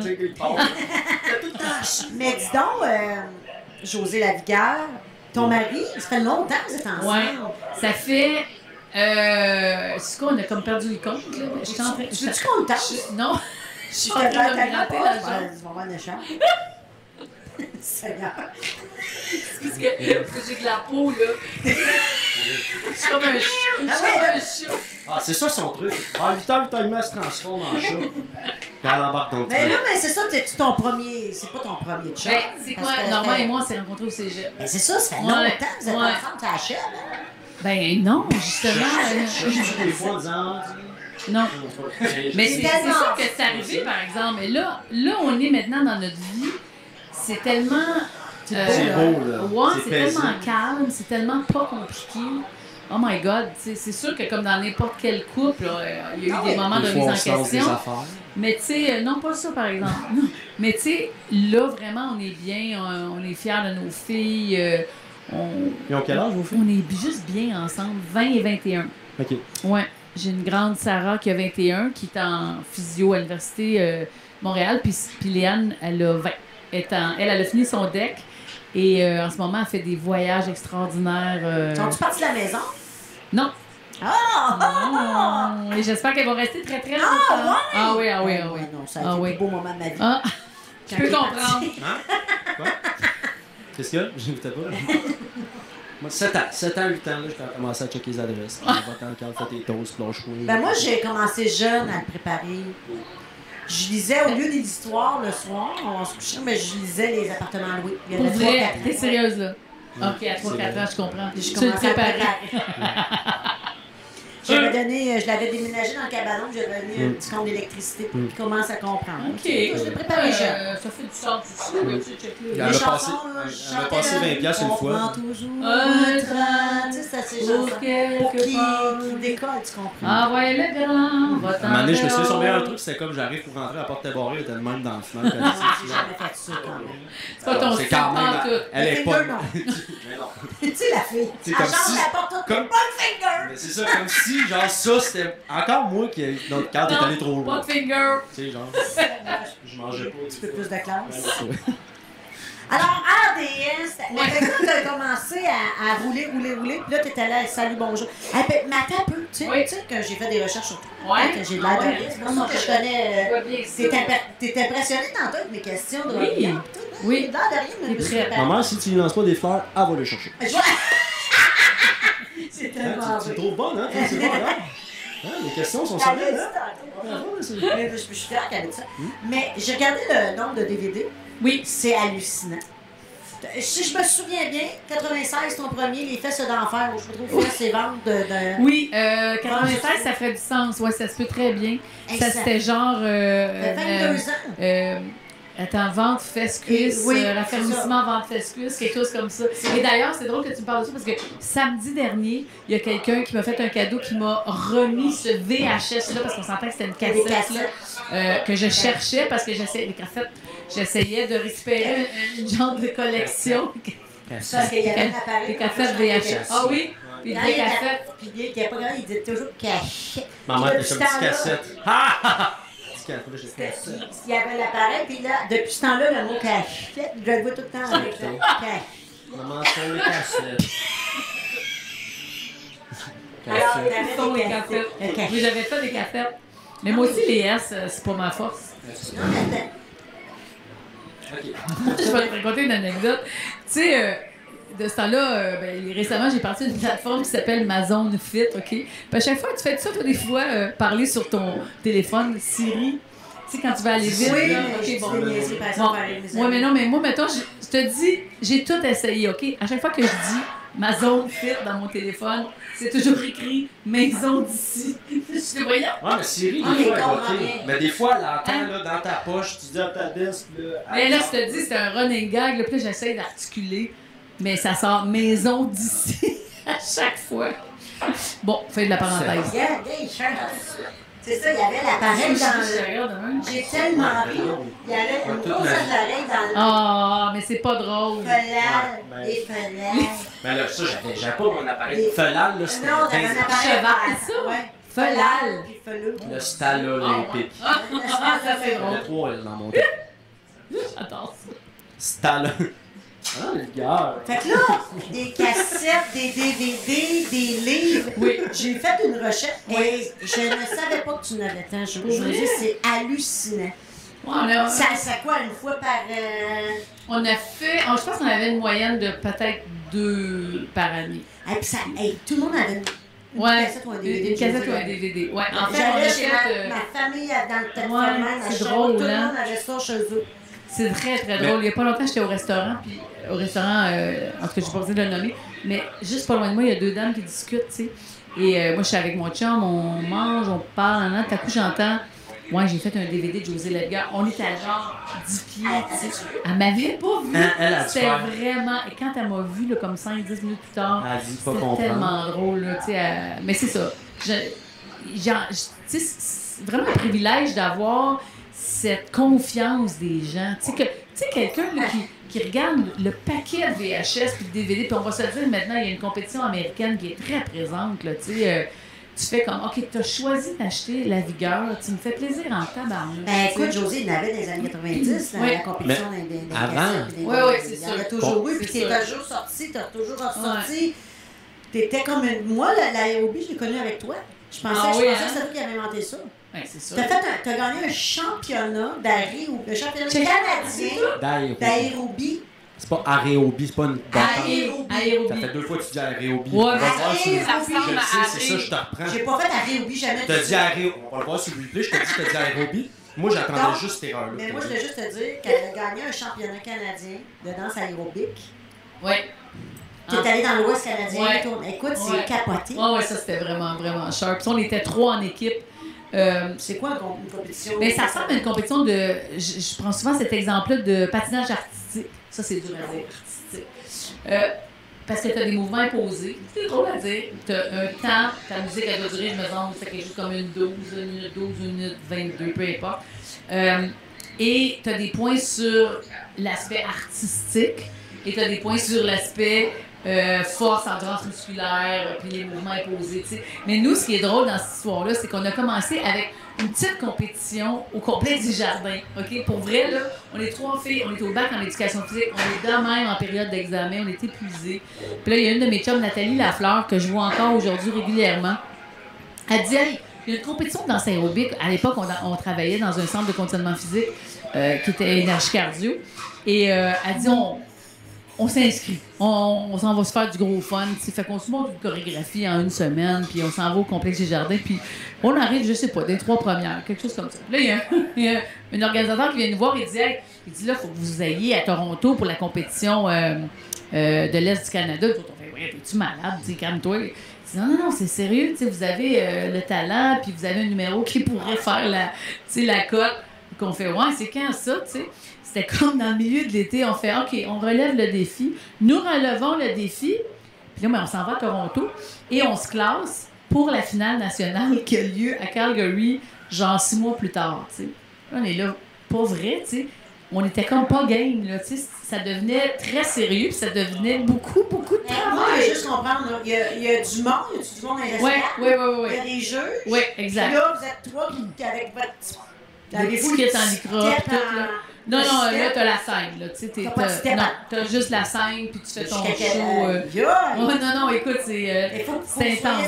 Mais dis donc, José Lavigueur, ton mari, ça fait longtemps que vous êtes ensemble. Ouais, ça fait... c'est quoi, on a comme perdu le compte, là? Je suis en train... Tu comptes temps? Non. Je suis en train de me gratter la jambe. Ils vont avoir une écharpe. Seigneur. Parce que j'ai de la peau, là. Je suis comme un chat. Ah, c'est ça son truc. Ah, 8h, 8h30, elle se transforme en chat. Quand elle embarque dans le train. Mais là, mais c'est ça, c'est ton premier... C'est pas ton premier chat. Ben, c'est quoi? Normand et moi, on s'est rencontrés au cégep. Mais c'est ça fait longtemps que vous êtes ensemble, ça achève, hein? Ben non, justement. Je dis des fois en disant... Non. Mais c'est sûr que c'est arrivé, par exemple. Mais là, on est maintenant dans notre vie. C'est tellement... c'est beau, là. Ouais, c'est tellement calme, c'est tellement pas compliqué. Oh my God, c'est sûr que comme dans n'importe quel couple, il y a eu des moments de mise en question. Mais tu sais, non pas ça par exemple. Non. Mais tu sais, là vraiment on est bien, on est fiers de nos filles. Ils ont quel âge vos filles? On est juste bien ensemble, 20 et 21. OK. Ouais, j'ai une grande Sarah qui a 21, qui est en physio à l'Université Montréal, puis Léane, elle a 20. Elle a fini son deck. Et en ce moment, elle fait des voyages extraordinaires. Sont-tu partis de la maison? Non. Ah! Et j'espère qu'elle va rester très, très longtemps. Ah, ouais? Ah oui. Non, ça a été le plus beau moment de ma vie. Ah, je peux comprendre. Hein? Quoi? Qu'est-ce qu'il y a? Je n'écoutais pas. Moi, 7 ans, 8 ans, là, j'ai commencé à checker les adresses. Quand fait tes toasts, Ben moi, j'ai commencé jeune à le préparer. Je lisais, au lieu des histoires le soir, on se couchait, mais je lisais les appartements loués. Pour vrai, t'es sérieuse là? Ok, à 3-4 ans, je comprends. Je commençais à préparer. Je l'avais déménagé dans le cabanon, j'avais mis un petit compte d'électricité, puis il commence à comprendre. Ok. Je l'ai préparé jeune. Ça fait du sens aussi, Elle m'a passé 20$ une fois. Toujours un train, tu sais, c'est assez chansons. Pour qui décolle, tu comprends. Ah ouais, le grand, va t'en. À un moment donné, je me suis fait un truc, c'était comme j'arrive pour rentrer, la porte était barrée, elle était de même dans le fenêtre. J'ai jamais fait ça quand même. C'est pas ton c'est quand même. Elle est pas. Mais non. Tu sais, la fille. C'est comme si. La porte Comme. Pas le finger! Mais c'est ça, comme si, genre, ça, c'était encore moi qui, notre carte est allée trop loin. Pas de finger! Tu sais, genre. Je mangeais pas. Un petit peu plus de classe. Alors, RDS, quand tu as commencé à rouler, puis là, tu étais là, salut, bonjour. Mais attends un peu, tu sais que j'ai fait des recherches sur toi. Ouais. Que j'ai de l'air de rien. C'est pour ça que je connais. T'es impressionné tantôt avec mes questions de Oui. Oui. J'ai l'air de rien, mais je suis préparée. Maman, si tu lui lances pas des fleurs, elle va les chercher. C'est tellement Tu trouves bonne, hein? C'est bon, hein? Les questions sont solides, hein? Je suis fière qu'elle ait ça. Mais j'ai regardé le nombre de DVD. Oui. C'est hallucinant. Si je me souviens bien, 96, ton premier, Les Fesses d'enfer, où je trouve faire ses ventes de... Oui, 96, ça ferait du sens. Ouais, ça se peut très bien. Ça, c'était genre... 22 ans. Attends, vente, fesse-cuisse, raffermissement, vente, fesse-cuisse, quelque chose comme ça. Et d'ailleurs, c'est drôle que tu me parles de ça parce que samedi dernier, il y a quelqu'un qui m'a fait un cadeau qui m'a remis ce VHS-là parce qu'on sentait que c'était une cassette que je cherchais parce que j'essayais de récupérer une genre de collection. Parce qu'il y avait un appareil. Des cassettes VHS. Ah oui? Puis des cassettes. Puis il n'y a pas grand, il disait toujours cachette. Maman, t'es comme une petite cassette. Il y avait l'appareil, puis là, depuis ce temps-là, le mot cachette, je le vois tout le temps avec ça. Maman, c'est les cassettes. Alors, Ils les cassettes. Oui, j'avais fait des cassettes. Mais moi aussi, les S, c'est pas ma force. Non, mais attends. Je vais te raconter une anecdote. Tu sais, de ce temps-là, récemment, j'ai parti d'une plateforme qui s'appelle Amazon Fit, OK? Puis à chaque fois, tu fais ça, toi, des fois, parler sur ton téléphone, Siri. Tu sais, quand tu vas aller vite, oui, là, OK, bon. Ouais, mais non, mais moi, mettons, je te dis, j'ai tout essayé, OK? À chaque fois que je dis Amazon Fit dans mon téléphone, c'est toujours écrit Maison d'ici. Je te voyais. Ouais, mais Siri, des fois, elle est OK. Mais des fois, elle entend là, dans ta poche, tu dis à ta desk. Mais là, je te dis, c'est un running gag. Là, puis là, j'essaie d'articuler, mais ça sort Maison d'ici à chaque fois. Bon, fin de la parenthèse. C'est ça, il y avait l'appareil dans le... J'ai tellement ri. Il y avait une grosse appareil dans le... Ah, mais c'est pas drôle. Felal et Felal. Mais là, ça, j'avais pas mon appareil. Felal, là, c'était... Non, j'avais un appareil. Cheval, c'est ça? Ouais. Felal. Puis Felou. Le stade olympique. Ah, ça fait Il y en a drôle. 3 dans mon tête. J'adore ça. Stade. Ah, le gars. Fait que là, des cassettes, des DVD, des livres. Oui. J'ai fait une recherche et je ne savais pas que tu n'avais tant. Je vous dis, c'est hallucinant. Ouais, Ça quoi, une fois par... on a fait... je pense qu'on avait une moyenne de peut-être 2 par année. Et puis ça, tout le monde avait une Ouais, cassette ou un DVD. une cassette ou un DVD. Ouais, en fait, on J'allais a chez fait... ma famille dans le téléphone, Ouais, même, à c'est chaque drôle, fois, tout le hein? monde avait ça chez eux. C'est très, très drôle. Il y a pas longtemps, j'étais au restaurant, puis en tout cas, j'ai pas osé le nommer, mais juste pas loin de moi, il y a 2 dames qui discutent, tu sais. Et moi, je suis avec mon chum, on mange, on parle, tout à coup, j'entends, ouais, j'ai fait un DVD de José Ledgar. On était à genre 10 pieds, tu sais. Elle m'avait pas vu. Elle a dû C'était faire. vraiment... Et quand elle m'a vu, là, comme 5-10 minutes plus tard, Elle a dû pas c'était comprendre. tellement drôle, là, tu sais. Mais c'est ça. Tu sais, c'est vraiment un privilège d'avoir cette confiance des gens. Tu sais, quelqu'un là, qui regarde le paquet de VHS puis de DVD, puis on va se dire maintenant, il y a une compétition américaine qui est très présente, là, tu sais. Tu fais comme, OK, tu as choisi d'acheter La Vigueur, tu me fais plaisir en tabarnak. Ben écoute, José, il y en avait dans les années 90, Oui. la compétition des avant. cassettes, des Oui, c'est il y en sûr. a toujours eu, puis c'est t'es sûr. toujours sorti, t'as toujours ressorti. T'étais comme une... Moi, l'aérobie, je l'ai connue avec toi. Je pensais Ah oui, que hein? c'était toi qui avais inventé ça. Oui, c'est sûr. T'as gagné un championnat le championnat C'est canadien d'aérobie. C'est pas aérobie, c'est pas une bâton. Ça Aérobie. fait 2 fois que tu dis aérobie. Ouais, On va voir sur le ça ressemble Je le à sais, c'est ça, je te reprends. J'ai pas fait aérobie jamais. Tu t'as dit aérobie. On va le voir sur le replay, je t'ai dit que t'as dit aérobie. Moi, j'attendais Donc, juste cette erreur-là. Mais moi, je voulais juste te dire qu'elle a gagné un championnat canadien de danse aérobique. Oui. Tu es allé dans l'Ouest canadien. Ouais. Écoute, Ouais. c'est capoté. Ouais, ça, c'était vraiment, vraiment sharp. Puis on était 3 en équipe. C'est quoi une compétition? Mais ça ressemble à une compétition de... Je prends souvent cet exemple-là de patinage artistique. Ça, c'est dur à dire, artistique. Parce que tu as des mouvements imposés. C'est drôle à dire. Tu as un temps, ta musique, elle doit durer, je me semble, c'est quelque chose comme une 12 minutes 22, peu importe. Et tu as des points sur l'aspect artistique et tu as des points sur l'aspect force, endurance musculaire, puis les mouvements imposés, tu sais. Mais nous, ce qui est drôle dans cette histoire-là, c'est qu'on a commencé avec une petite compétition au complexe du jardin, OK? Pour vrai, là, on est 3 filles, on est au bac en éducation physique, on est de même en période d'examen, on est épuisés. Puis là, il y a une de mes chums, Nathalie Lafleur, que je vois encore aujourd'hui régulièrement. Elle dit, hey, il y a une compétition de danse aérobique. À l'époque, on travaillait dans un centre de conditionnement physique qui était Énergie Cardio. Et elle dit, on s'inscrit. On s'en va se faire du gros fun. T'sais. Fait qu'on se montre une chorégraphie en une semaine, puis on s'en va au complexe des jardins, puis on arrive, je sais pas, des 3 premières, quelque chose comme ça. Puis là, il y a un organisateur qui vient nous voir et dit, hey, là, il faut que vous ayez à Toronto pour la compétition de l'Est du Canada. Puis on fait, ouais, es-tu malade? Calme-toi. Il dit, non, c'est sérieux, vous avez le talent, puis vous avez un numéro qui pourrait faire la cote. Qu'on fait, ouais, c'est quand ça, tu sais? C'était comme dans le milieu de l'été, on fait, OK, on relève le défi. Nous relevons le défi. Puis là, on s'en va à Toronto et on se classe pour la finale nationale qui a lieu à Calgary, genre 6 mois plus tard, tu sais. Là, on est là, pas vrai, tu sais. On était comme pas game, là, tu sais. Ça devenait très sérieux, puis ça devenait beaucoup de Moi, je travail. veux juste comprendre, là, il y a du monde, il y a du monde dans les restaurants. Oui. Il y a des jeux. Oui, exact. Puis là, vous êtes 3 qui, avec votre... Des tickets en micro, tout, là. Non, là, t'as la scène. Là. Non, t'as juste la scène, puis tu fais ton show. Non, écoute, c'est intense.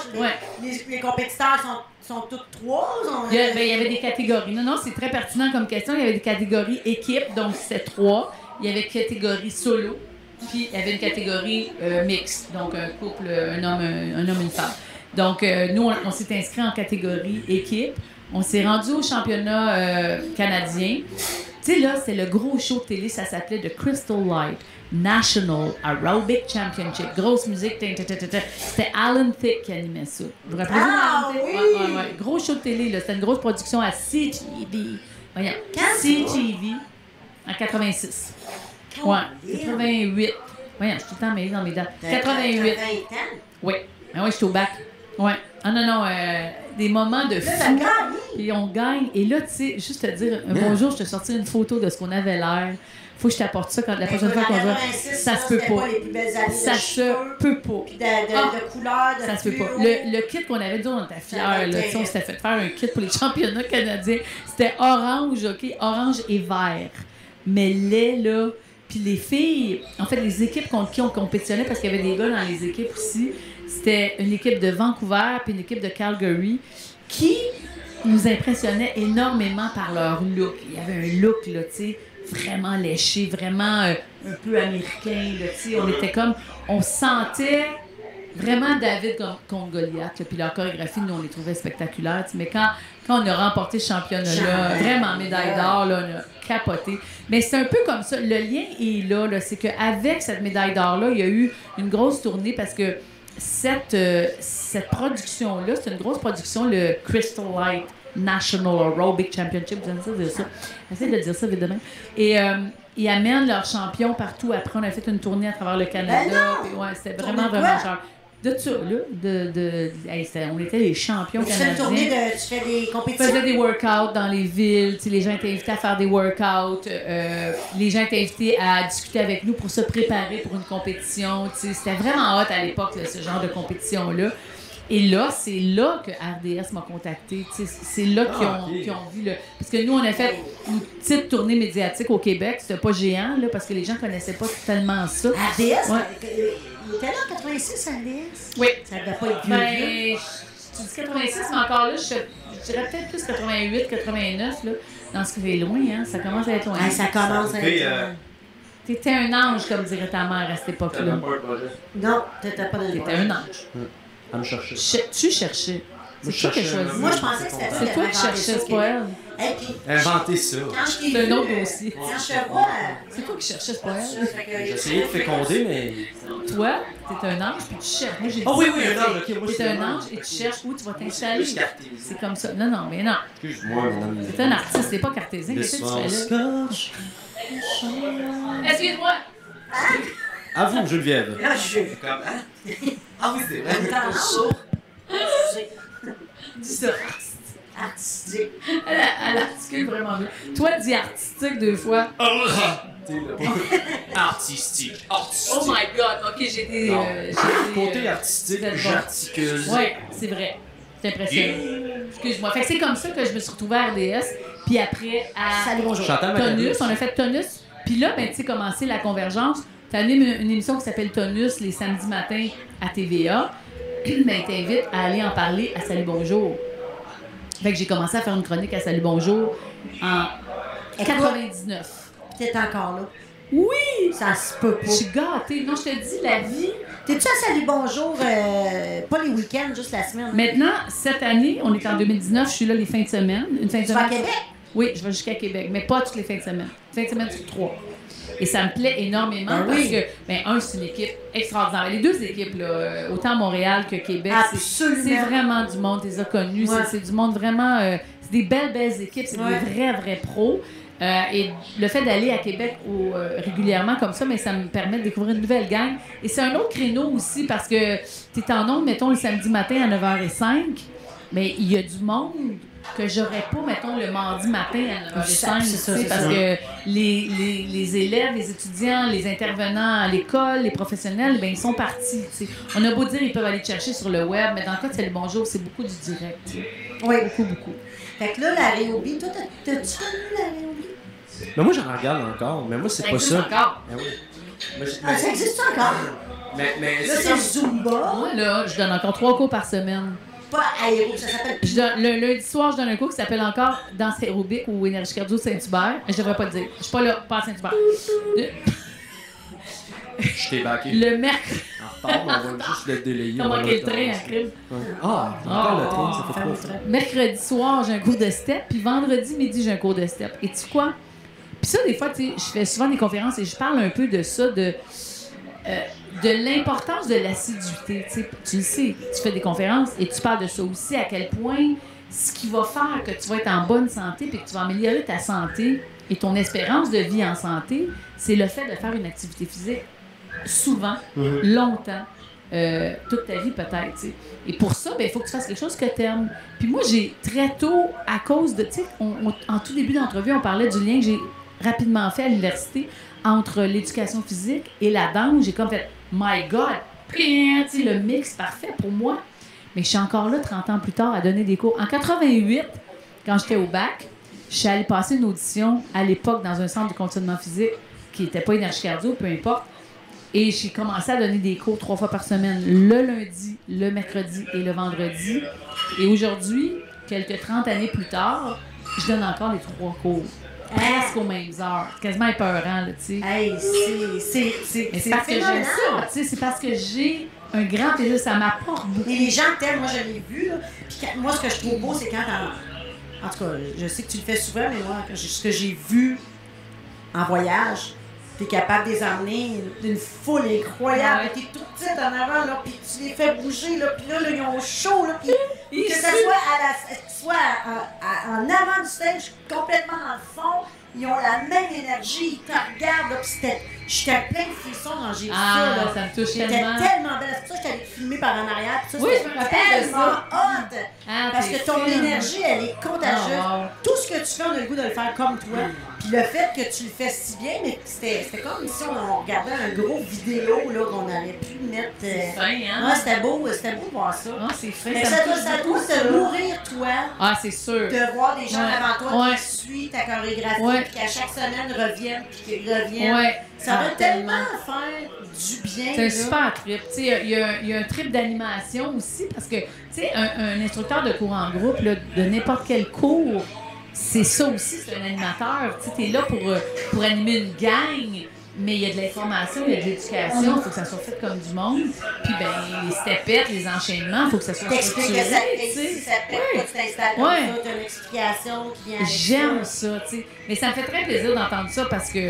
Les compétiteurs sont tous 3? Il y avait des catégories. Non, c'est très pertinent comme question. Il y avait des catégories équipe, donc c'était 3. Il y avait catégorie solo, puis il y avait une catégorie mixte, donc un couple, un homme, une femme. Donc, nous, on s'est inscrit en catégorie équipe. On s'est rendu au championnat canadien. Tu sais, là, c'est le gros show de télé, ça s'appelait The Crystal Light National Aerobic Championship. Grosse musique. C'était Alan Thicke qui animait ça. Vous vous rappelez Alan Thicke? Oui. Ouais. Gros show de télé, là. C'était une grosse production à CTV. Voyons, CTV en 86. Ouais, 88. Voyons, je suis tout le temps mêlée dans mes dates. 88. 20 ans? Oui. Ah oui, je suis au bac. Ouais. Ah non, des moments de fou. Puis on gagne. Et là, tu sais, juste te dire, un bonjour, je te sortis une photo de ce qu'on avait l'air. Faut que je t'apporte ça quand la prochaine fois qu'on va. Ça se peut pas. Ça se peut pas. Puis de couleurs, de ça se peut pas. Le kit qu'on avait dit, on était fiers. Là, on s'était fait faire un kit pour les championnats canadiens. C'était orange, OK? Orange et vert. Mais lait, là. Puis les filles, en fait, les équipes contre qui on compétitionnait, parce qu'il y avait des gars dans les équipes aussi, c'était une équipe de Vancouver puis une équipe de Calgary qui nous impressionnait énormément par leur look. Il y avait un look, là, tu sais, vraiment léché, vraiment un peu américain, là, tu sais. On était comme... On sentait vraiment David contre Goliath, là, puis leur chorégraphie, nous, on les trouvait spectaculaires, mais quand on a remporté ce championnat-là, vraiment médaille d'or, là, on a capoté. Mais c'est un peu comme ça. Le lien est là, c'est qu'avec cette médaille d'or-là, il y a eu une grosse tournée parce que cette production-là, c'est une grosse production, le Crystal Light National Aerobic Championship, vous allez dire ça. Essayez de dire ça vite demain. Et ils amènent leurs champions partout. Après, on a fait une tournée à travers le Canada. Puis, ouais, c'était vraiment cher. De ça, là, on était les champions canadiens. Tu fais des compétitions? On faisait des workouts dans les villes. Les gens étaient invités à faire des workouts. Les gens étaient invités à discuter avec nous pour se préparer pour une compétition. C'était vraiment hot à l'époque, là, ce genre de compétition-là. Et là, c'est là que RDS m'a contacté. C'est là qu'ils ont vu le... Parce que nous, on a fait une petite tournée médiatique au Québec. C'était pas géant, là, parce que les gens connaissaient pas tellement ça. RDS? Ouais. Il était là en 86, RDS? Oui. Ça devait pas être vieux. Tu dis 86, mais encore là, je dirais peut-être plus 88, 89, là. Dans ce qui est loin, hein. Ça commence à être loin. Ça commence à être loin. T'étais un ange, comme dirait ta mère à cette époque-là. Non, t'étais pas dans le T'étais un ange. À me chercher. Tu cherchais. C'est toi qui as choisi. Moi, je pensais que c'était toi. C'est toi qui cherchais, c'est pas elle. Inventer ça. C'est un autre dossier. Quand je vois... C'est toi qui cherchais, c'est pas elle. J'ai essayé de féconder, mais... Toi, t'es un ange, puis tu cherches. Moi, j'ai dit... Oh oui, un ange, ok. Moi, t'es un ange et tu cherches où tu vas t'installer. C'est comme ça. Non, mais non. Excuse-moi, madame. T'es un artiste, t'es pas cartésien. Qu'est-ce que tu fais là? Excuse-moi. À vous, Geneviève. Ah oui, c'est vrai. Dis ça. Artistique. Elle articule vraiment bien. Toi, dis artistique 2 fois. Artistique. Oh my God. OK, j'ai des... côté artistique, j'articule. Oui, c'est vrai. C'est impressionnant. Excuse-moi. Fait que c'est comme ça que je me suis retrouvée à RDS. Puis après, à Tonus. On a fait Tonus. Puis là, ben, tu sais, commencé la convergence. Tu as animé une émission qui s'appelle Tonus les samedis matins à TVA. Ben, t'invite à aller en parler à Salut Bonjour. Fait que j'ai commencé à faire une chronique à Salut Bonjour en 99. T'es encore là? Oui! Ça se peut pas. Je suis gâtée. Non, je te dis, la vie... T'es-tu à Salut Bonjour, pas les week-ends, juste la semaine? Maintenant, cette année, on est en 2019, je suis là les fins de semaine. Une fin de semaine. Tu vas à Québec? Oui, je vais jusqu'à Québec, mais pas toutes les fins de semaine. Fin de semaine sur 3. Et ça me plaît énormément parce que, c'est une équipe extraordinaire. Les 2 équipes, là, autant Montréal que Québec, c'est vraiment du monde, tu les as connus. Ouais. C'est du monde vraiment... c'est des belles équipes, c'est des vrais pros. Et le fait d'aller à Québec régulièrement comme ça, mais ça me permet de découvrir une nouvelle gang. Et c'est un autre créneau aussi parce que tu es en ondes, mettons, le samedi matin à 9h05, mais il y a du monde que j'aurais pas, mettons, le mardi matin à 9h05, parce que les élèves, les étudiants, les intervenants à l'école, les professionnels, ben ils sont partis. T'sais. On a beau dire ils peuvent aller te chercher sur le web, mais dans le cas de Salut Bonjour, c'est beaucoup du direct. T'sais. Oui. Beaucoup. Fait que là, la Réobie, toi, t'as-tu connu la Réobie? Mais moi, j'en regarde encore. Mais moi, c'est pas ça. Encore. Mais oui. Ça existe encore? Mais là, c'est le Zumba. Moi, là, je donne encore 3 cours par semaine. Pas aéro, ça s'appelle... Le lundi soir, je donne un cours qui s'appelle encore Danse aérobique ou Énergie cardio Saint-Hubert. Je devrais pas le dire. Je suis pas là, pas à Saint-Hubert. Je t'ai backé. Le mercredi... En retard, mais on va juste le délayer. T'as manqué le train à crime. Encore le train, ça fait 3 fois. Mercredi soir, j'ai un cours de step, puis vendredi midi, j'ai un cours de step. Et tu sais quoi? Puis ça, des fois, tu sais, je fais souvent des conférences et je parle un peu de ça, de l'importance de l'assiduité. Tu le sais, tu fais des conférences et tu parles de ça aussi, à quel point ce qui va faire que tu vas être en bonne santé puis que tu vas améliorer ta santé et ton espérance de vie en santé, c'est le fait de faire une activité physique souvent, longtemps, toute ta vie peut-être. T'sais. Et pour ça, il faut que tu fasses quelque chose que tu aimes. Puis moi, j'ai très tôt, à cause de, tu sais, en tout début d'entrevue, on parlait du lien que j'ai rapidement fait à l'université entre l'éducation physique et la danse. J'ai comme fait, my God, le mix parfait pour moi. Mais je suis encore là 30 ans plus tard à donner des cours. En 88, quand j'étais au bac, je suis allée passer une audition à l'époque dans un centre de conditionnement physique qui n'était pas énergie cardio, peu importe. Et j'ai commencé à donner des cours 3 fois par semaine, le lundi, le mercredi et le vendredi. Et aujourd'hui, quelques 30 années plus tard, je donne encore les 3 cours. Presque aux mêmes heures. C'est quasiment épeurant, là, tu sais. Hey, c'est parce que j'aime ça, tu sais. C'est parce que j'ai un grand plaisir. Ça m'apporte beaucoup. Et les gens t'aiment. Moi, je l'ai vu, là. Puis moi, ce que je trouve beau, c'est quand... En tout cas, je sais que tu le fais souvent, mais moi, ce que j'ai vu en voyage... T'es capable de les emmener d'une foule incroyable. T'es toute petite en avant, là, puis tu les fais bouger, là, puis là, ils ont chaud, là, puis que ça soit en avant du stage, complètement dans le fond, ils ont la même énergie, ils te regardent, là, puis j'étais plein de frissons quand j'ai vu ça, là. Ça me touche J'étais tellement belle. C'est pour ça que je t'avais filmé par en arrière, puis ça, oui, je me rappelle tellement hot! Parce que ton énergie, elle est contagieuse. Tout ce que tu fais, on a le goût de le faire comme toi. Puis le fait que tu le fais si bien, mais c'était comme si on regardait un gros vidéo là, qu'on aurait pu mettre. C'est fin, hein? Ouais, c'était beau de voir ça. Ah, c'est fin. Mais ça doit te nourrir, toi. Ah, c'est sûr. De voir des gens avant toi qui suivent ta chorégraphie, puis qu'à chaque semaine reviennent, puis qu'ils reviennent. Ça va tellement faire du bien. C'est un super trip. Il y a un trip d'animation aussi, parce que un instructeur de cours en groupe, là, de n'importe quel cours, c'est ça aussi, c'est un animateur. Tu es là pour animer une gang, mais il y a de l'information, il y a de l'éducation, il faut que ça soit fait comme du monde. Puis les stepettes, les enchaînements, il faut que ça soit structuré. Ça pète, tu t'installes comme ça, tu as une explication qui vient avec ça. J'aime ça, tu sais. Mais ça me fait très plaisir d'entendre ça parce que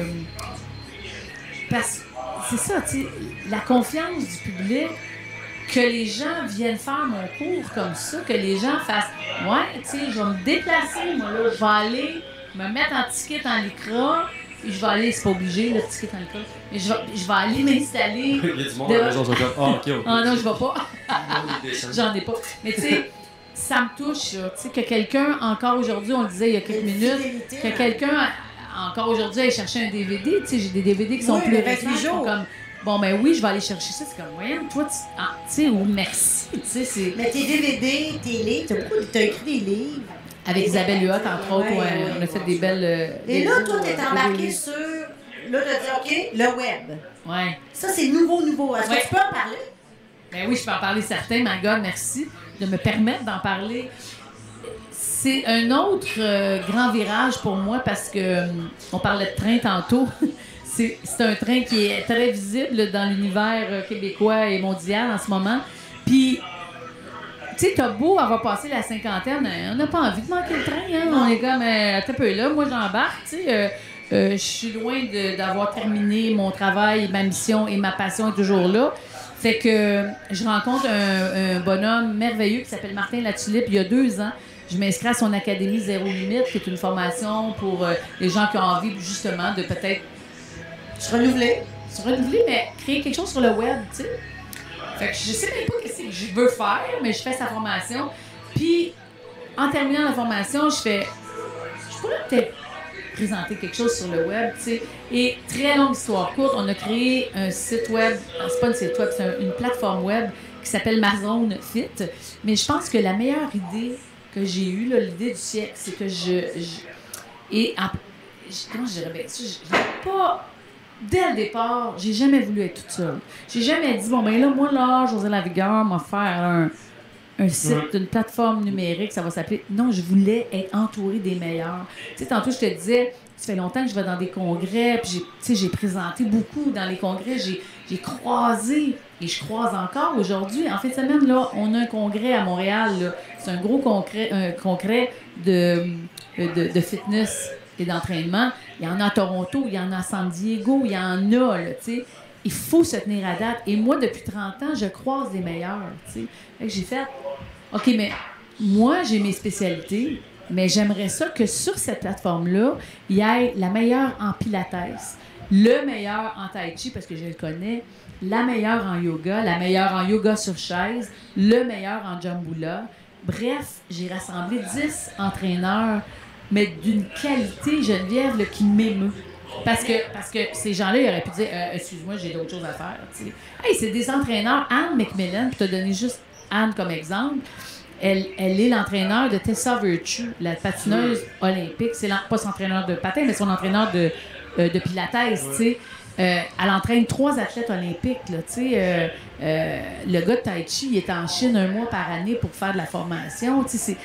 c'est ça, tu sais, la confiance du public, que les gens viennent faire mon cours comme ça, que les gens fassent « Ouais, tu sais, je vais me déplacer, moi, là, je vais aller me mettre en ticket en lycra, puis je vais aller, c'est pas obligé, le ticket en lycra, mais je vais aller m'installer... » Il y a du monde à la maison, ça comme « Ah, OK. Ah non, je vais pas. J'en ai pas. Mais tu sais, ça me touche, tu sais, que quelqu'un, encore aujourd'hui, on le disait il y a quelques minutes, que quelqu'un, encore aujourd'hui, aille chercher un DVD, tu sais, j'ai des DVD qui sont plus récents, comme... Bon, ben oui, je vais aller chercher ça. C'est comme, voyons, toi, tu sais, ou merci. Tu sais, c'est... Mais tes DVD, tes livres, t'as écrit des livres. Avec Isabelle Huot, entre autres, on a fait des belles... Et là, toi, t'es embarqué sur... Là, t'as dit, OK, le web. Ouais. Ça, c'est nouveau. Est-ce que tu peux en parler? Ben oui, je peux en parler certains. My God, merci de me permettre d'en parler. C'est un autre grand virage pour moi parce que on parlait de train tantôt. C'est un train qui est très visible dans l'univers québécois et mondial en ce moment. Puis, tu sais, t'as beau avoir passé la cinquantaine, on n'a pas envie de manquer le train. Hein? On est comme, attends un peu là, moi j'embarque, tu sais. Je suis loin d'avoir terminé mon travail, ma mission et ma passion est toujours là. Fait que je rencontre un bonhomme merveilleux qui s'appelle Martin Latulippe il y a 2 ans. Je m'inscris à son Académie Zéro Limite, qui est une formation pour les gens qui ont envie justement de peut-être se renouveler, mais créer quelque chose sur le web, tu sais. Fait que je sais même pas ce que je veux faire, mais je fais sa formation. Puis, en terminant la formation, je pourrais peut-être présenter quelque chose sur le web, tu sais. Et très longue histoire courte, on a créé un site web, c'est pas un site web, c'est une plateforme web qui s'appelle Mazone Fit. Mais je pense que la meilleure idée que j'ai eue, l'idée du siècle, c'est que comment je dirais bien ça? J'ai pas... Dès le départ, j'ai jamais voulu être toute seule. J'ai jamais dit, bon, ben là, moi, là, José Lavigueur m'a faire un site, une plateforme numérique, ça va s'appeler... Non, je voulais être entourée des meilleurs. Tu sais, tantôt, je te disais, ça fait longtemps que je vais dans des congrès, puis j'ai présenté beaucoup dans les congrès, j'ai croisé, et je croise encore aujourd'hui. En fin de semaine, là, on a un congrès à Montréal, là. C'est un gros congrès de fitness et d'entraînement. Il y en a à Toronto, il y en a à San Diego, il y en a, là, tu sais. Il faut se tenir à date. Et moi, depuis 30 ans, je croise les meilleurs, tu sais. Fait que j'ai fait, OK, mais moi, j'ai mes spécialités, mais j'aimerais ça que sur cette plateforme-là, il y ait la meilleure en pilates, le meilleur en tai chi, parce que je le connais, la meilleure en yoga, la meilleure en yoga sur chaise, le meilleur en jambula. Bref, j'ai rassemblé 10 entraîneurs, mais d'une qualité, Geneviève, là, qui m'émeut. Parce que ces gens-là, ils auraient pu dire excuse-moi, j'ai d'autres choses à faire. T'sais. Hey, c'est des entraîneurs. Anne McMillan, puis tu as donné juste Anne comme exemple. Elle est l'entraîneur de Tessa Virtue, la patineuse olympique. C'est pas son entraîneur de patin, mais son entraîneur de pilates. T'sais. Elle entraîne 3 athlètes olympiques. Là, le gars de Tai Chi, il est en Chine 1 mois par année pour faire de la formation. C'est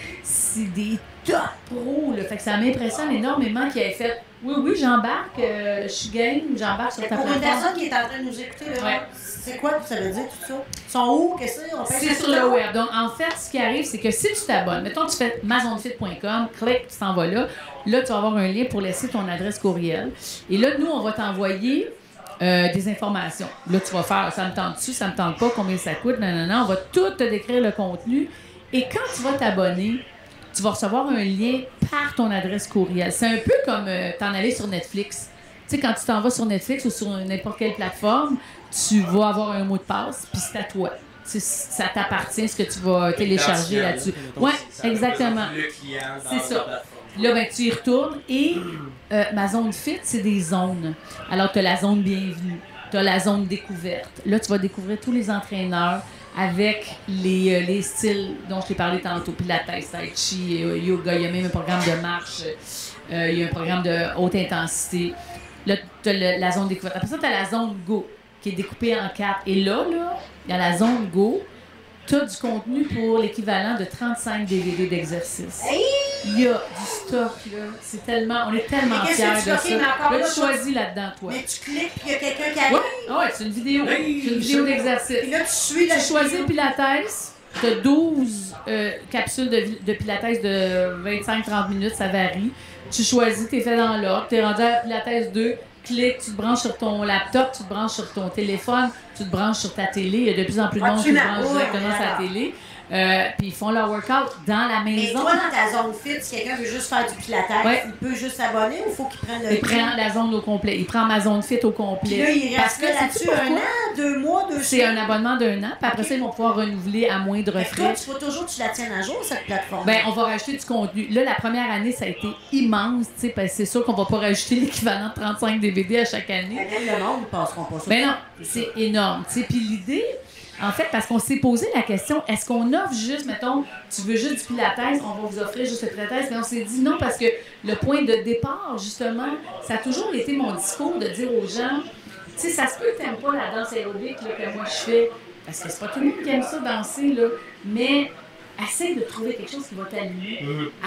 des top pros. Là. Fait que ça m'impressionne énormément qu'il ait fait oui, j'embarque, je suis game, j'embarque sur ta plateforme. Pour une personne qui est en train de nous écouter, là, c'est quoi que ça veut dire tout ça? Ils sont où? Qu'est-ce que c'est? C'est sur le web. Donc, en fait, ce qui arrive, c'est que si tu t'abonnes, mettons, tu fais mazonefit.com, clique, tu t'en vas là. Là, tu vas avoir un lien pour laisser ton adresse courriel. Et là, nous, on va t'envoyer des informations. Là, tu vas faire, ça me tente-tu, ça me tente pas, combien ça coûte, non. On va tout te décrire le contenu. Et quand tu vas t'abonner, tu vas recevoir un lien par ton adresse courriel. C'est un peu comme t'en aller sur Netflix. Tu sais, quand tu t'en vas sur Netflix ou sur n'importe quelle plateforme, tu vas avoir un mot de passe, puis c'est à toi. Ça t'appartient, ce que tu vas télécharger là-dessus. Oui, exactement. C'est ça. Là, ben, tu y retournes et ma zone fit, c'est des zones. Alors, tu as la zone bienvenue, tu as la zone découverte. Là, tu vas découvrir tous les entraîneurs avec les styles dont je t'ai parlé tantôt. Pilates, tai chi, yoga, il y a même un programme de marche, il y a un programme de haute intensité. Là, tu as la zone découverte. Après ça, tu as la zone go, qui est découpée en 4. Et là, il y a la zone go. Tu as du contenu pour l'équivalent de 35 DVD d'exercice. Il y a du stock, là. C'est tellement... On est tellement fiers de ça. Là, tu choisis là-dedans, toi. Mais tu cliques, puis il y a quelqu'un qui arrive. Oui, c'est une vidéo. C'est une vidéo d'exercice. Puis là, tu suis Tu choisis Pilates. Tu as 12 capsules de Pilates de 25-30 minutes, ça varie. Tu choisis, tu es fait dans l'ordre. Tu es rendu à Pilates 2. Clique, tu te branches sur ton laptop, tu te branches sur ton téléphone, tu te branches sur ta télé. Il y a de plus en plus de monde qui se branche directement sur la télé. Puis ils font leur workout dans la maison. Mais toi, dans ta zone fit, si quelqu'un veut juste faire du pilates, il peut juste s'abonner ou il faut qu'il prenne le... Il prend la zone au complet. Il prend ma zone fit au complet. Puis là, il reste là-dessus 1 an, 2 mois, 2 C'est un abonnement d'1 an. Puis après ça, ils vont pouvoir renouveler à moindre frais. Toi, il faut toujours que tu la tiennes à jour, cette plateforme. Ben, on va rajouter du contenu. Là, la première année, ça a été immense. Parce que c'est sûr qu'on va pas rajouter l'équivalent de 35 DVD à chaque année. Même le monde ne passeront pas ça. Ben non, c'est énorme. Puis l'idée... En fait, parce qu'on s'est posé la question, est-ce qu'on offre juste, mettons, tu veux juste du pilates, on va vous offrir juste le pilates, mais on s'est dit non, parce que le point de départ, justement, ça a toujours été mon discours de dire aux gens, tu sais, ça se peut que t'aimes pas la danse aérobique là, que moi je fais, parce que c'est pas tout le monde qui aime ça danser, là, mais essaie de trouver quelque chose qui va t'allumer.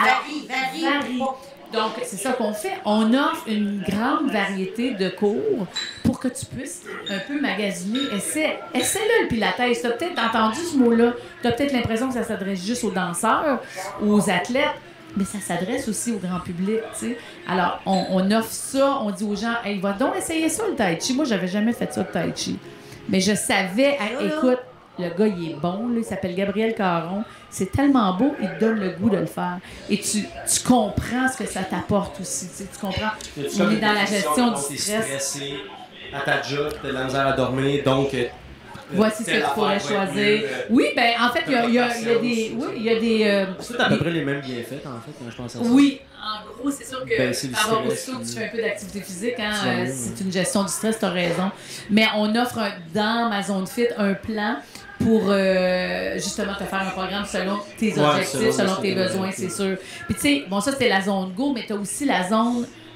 Varie. Donc, c'est ça qu'on fait. On offre une grande variété de cours pour que tu puisses un peu magasiner. Essaie-le, le pilates. Tu as peut-être entendu ce mot-là. Tu as peut-être l'impression que ça s'adresse juste aux danseurs ou aux athlètes, mais ça s'adresse aussi au grand public, tu sais. Alors, on offre ça. On dit aux gens, « Hey, va donc essayer ça, le tai chi. » Moi, j'avais jamais fait ça, le tai chi. Mais je savais, écoute, le gars, il est bon, là, il s'appelle Gabriel Caron. C'est tellement beau, il te donne le goût de le faire. Et tu comprends ce que ça t'apporte aussi. Tu comprends? On est dans la gestion du stress. Stressé à ta job, tu as de la misère à dormir, donc... Voici ce que tu pourrais choisir. Oui, ben en fait, il y a des... Oui, il y a des... C'est à peu près les mêmes bienfaits, en fait, quand je pense à ça. Oui. En gros, c'est sûr que avoir aussitôt que tu fais un peu d'activité physique, hein, c'est une gestion du stress, tu as raison. Mais on offre dans ma zone fit un plan pour justement te faire un programme selon tes objectifs, selon tes besoins, c'est sûr. Puis tu sais, bon, ça c'était la zone go, mais tu as aussi la zone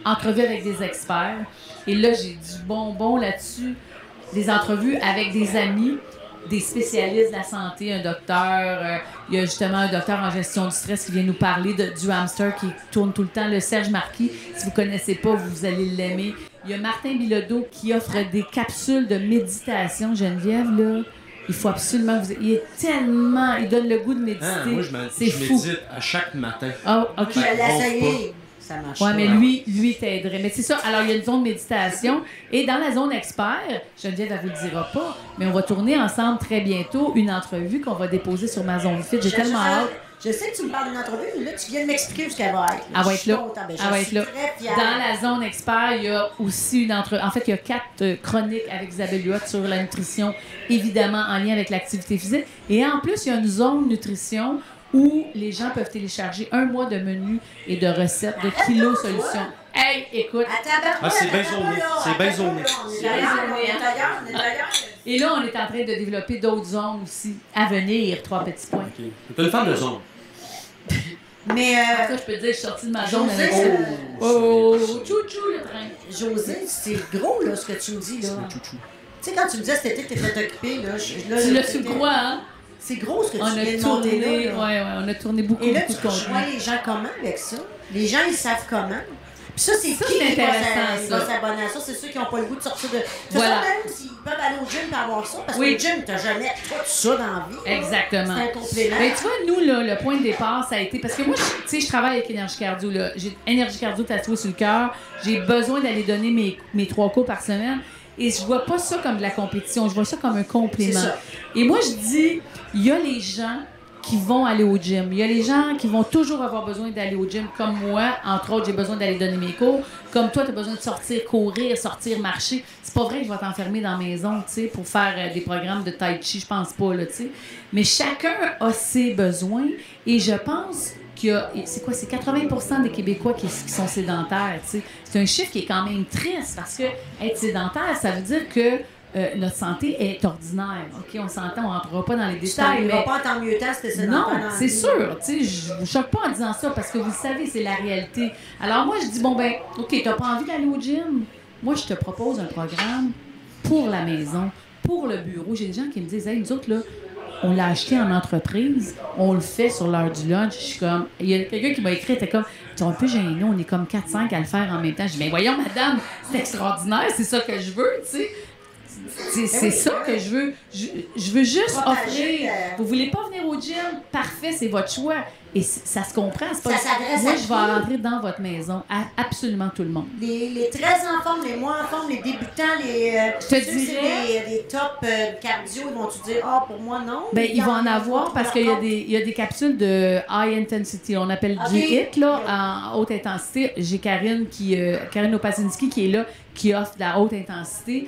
entrevues avec des experts. Et là, j'ai du bonbon là-dessus. Des entrevues avec des amis, des spécialistes de la santé, un docteur. Il y a justement un docteur en gestion du stress qui vient nous parler du hamster qui tourne tout le temps, le Serge Marquis. Si vous ne connaissez pas, vous allez l'aimer. Il y a Martin Bilodeau qui offre des capsules de méditation. Geneviève, là, il faut absolument que vous... Il est tellement... Il donne le goût de méditer. Moi, je médite à chaque matin. Oh, OK. Je l'ai essayé. Ça marche. Oui, mais lui t'aiderait. Mais c'est ça. Alors, il y a une zone méditation. Et dans la zone expert, Geneviève, elle vous le dira pas, mais on va tourner ensemble très bientôt une entrevue qu'on va déposer sur ma zone fit. J'ai tellement hâte. Je sais que tu me parles d'une entrevue, mais là, tu viens de m'expliquer où ce qu'elle va être. Elle va être là. Elle va être là. Très Dans la zone expert, il y a aussi une entrevue. En fait, il y a 4 chroniques avec Isabelle Huot sur la nutrition, évidemment en lien avec l'activité physique. Et en plus, il y a une zone nutrition où les gens peuvent télécharger 1 mois de menus et de recettes de Kilo Solutions. Hey, écoute! C'est bien zoné. C'est bien zoné. Et là, on est en train de développer d'autres zones aussi à venir, 3 petits points. Okay. Tu es une femme de zone. Mais ça, je peux te dire, je suis sortie de ma zone avec ça. Chouchou, le train. José, c'est gros, là, ce que tu me dis, là. Tu sais, quand tu me disais cet été que tu étais occupée, là... Tu l'as su quoi, hein? C'est gros ce que tu viens de monter là. Ouais, on a tourné beaucoup de contenu. Et là, tu vois les gens comment avec ça? Les gens, ils savent comment. Puis ça, c'est ça, qui c'est qui intéressant, va s'abonner à ça? C'est ceux qui n'ont pas le goût de sortir de... Voilà. Même s'ils peuvent aller au gym et avoir ça, parce que le gym, t'as jamais tout ça dans la vie. Exactement. C'est un complément. Mais tu vois, nous, là, le point de départ, ça a été... Parce que moi, tu sais, je travaille avec Énergie Cardio, là. J'ai Énergie Cardio tatoué sur le cœur. J'ai besoin d'aller donner mes 3 cours par semaine. Et je vois pas ça comme de la compétition, je vois ça comme un complément. Et moi, je dis, il y a les gens qui vont aller au gym. Il y a les gens qui vont toujours avoir besoin d'aller au gym, comme moi. Entre autres, j'ai besoin d'aller donner mes cours. Comme toi, tu as besoin de sortir, courir, sortir, marcher. C'est pas vrai que je vais t'enfermer dans la maison, tu sais, pour faire des programmes de tai chi, je pense pas, là, tu sais. Mais chacun a ses besoins et je pense qu'il y a, c'est quoi, c'est 80% des Québécois qui sont sédentaires, tu sais. C'est un chiffre qui est quand même triste parce que être sédentaire, ça veut dire que notre santé est ordinaire. OK, on s'entend, on rentrera pas dans les détails. Mais pas tant mieux tant c'était sédentaire. Non, c'est sûr. Tu sais, je vous choque pas en disant ça parce que vous le savez, c'est la réalité. Alors moi, je dis, bon ben, OK, t'as pas envie d'aller au gym? Moi, je te propose un programme pour la maison, pour le bureau. J'ai des gens qui me disent, hey, nous autres, là, on l'a acheté en entreprise, on le fait sur l'heure du lunch. Je suis comme, il y a quelqu'un qui m'a écrit, était comme, tu es un peu gêné, on est comme 4-5 à le faire en même temps. Je dis, mais voyons, madame, c'est extraordinaire, c'est ça que je veux, tu sais. C'est ça que je veux. Je veux juste offrir. Vous voulez pas venir au gym? Parfait, c'est votre choix. Et ça se comprend. C'est pas... Ça s'adresse Moi, à je vais rentrer dans votre maison. À absolument tout le monde. Les très en forme, les moins en forme, les débutants, je te dirais... les top cardio, ils vont-tu dire, ah, pour moi, non? Ben, ils vont en avoir parce qu'il y a des capsules de high intensity. On appelle du HIIT, là, en haute intensité. J'ai Karine Opasinski qui est là, qui offre de la haute intensité.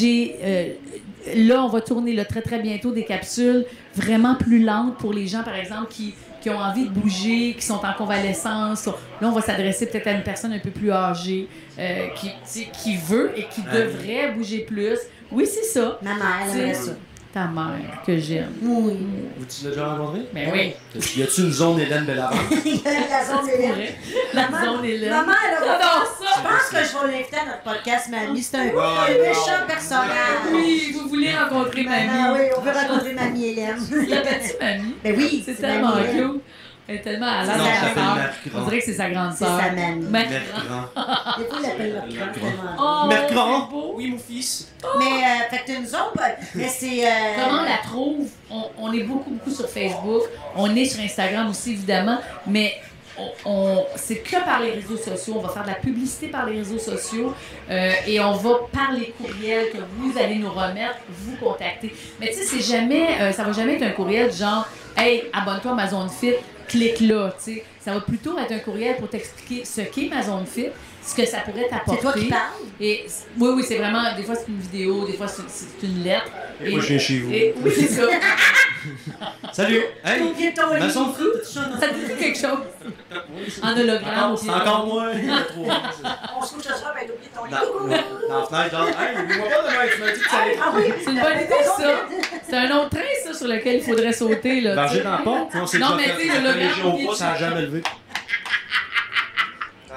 Là, on va tourner là, très, très bientôt des capsules vraiment plus lentes pour les gens, par exemple, qui ont envie de bouger, qui sont en convalescence. Là, on va s'adresser peut-être à une personne un peu plus âgée qui veut et qui devrait bouger plus. Oui, c'est ça. Ma mère, elle aimerait ça. Ta mère, que j'aime. Oui. Vous l'avez déjà rencontré? Ben oui. Y a-tu une zone Hélène Bellavance? La zone Hélène. La zone Hélène. Maman, elle a ça. Je pense que je vais l'inviter à notre podcast, Mamie. C'est un méchant personnage. Oui, vous voulez rencontrer Mamie. Ah oui, on veut rencontrer Mamie Hélène. L'appelles-tu Mamie? Ben oui, c'est tellement cool. Elle est tellement à l'aise. On dirait que c'est sa grande sœur. C'est sa mamie. Mercrand. Des fois, il l'appelle Mercrand. Oh, Mercrand. Oui, mon fils. Mais, fait que t'as une zone, mais c'est... Comment on la trouve? On est beaucoup sur Facebook. On est sur Instagram aussi, évidemment. Mais c'est que par les réseaux sociaux. On va faire de la publicité par les réseaux sociaux. Et on va, par les courriels que vous allez nous remettre, vous contacter. Mais tu sais, c'est jamais... ça va jamais être un courriel genre « Hey, abonne-toi à ma zone fit. » Clique là, tu sais. Ça va plutôt être un courriel pour t'expliquer ce qu'est ma zone fit, ce que ça pourrait t'apporter. C'est toi qui parles? Et oui, c'est vraiment... Des fois, c'est une vidéo, des fois, c'est une lettre. Et moi, je viens chez vous. Oui, c'est ça. Salut! Hey! Ma zone fit, ça te dit quelque chose? En hologramme. C'est encore moins. On se couche ce soir, ben t'oublies ton lit. Dans la fenêtre, genre, hey, oublie-moi pas demain, tu m'as dit que ça allait. Ah oui! C'est une bonne idée, ça. C'est un autre train, ça, sur lequel il faudrait sauter, là. Barger dans la porte? Non, mais tu sais, l'hologramme. Ça n'a jamais levé.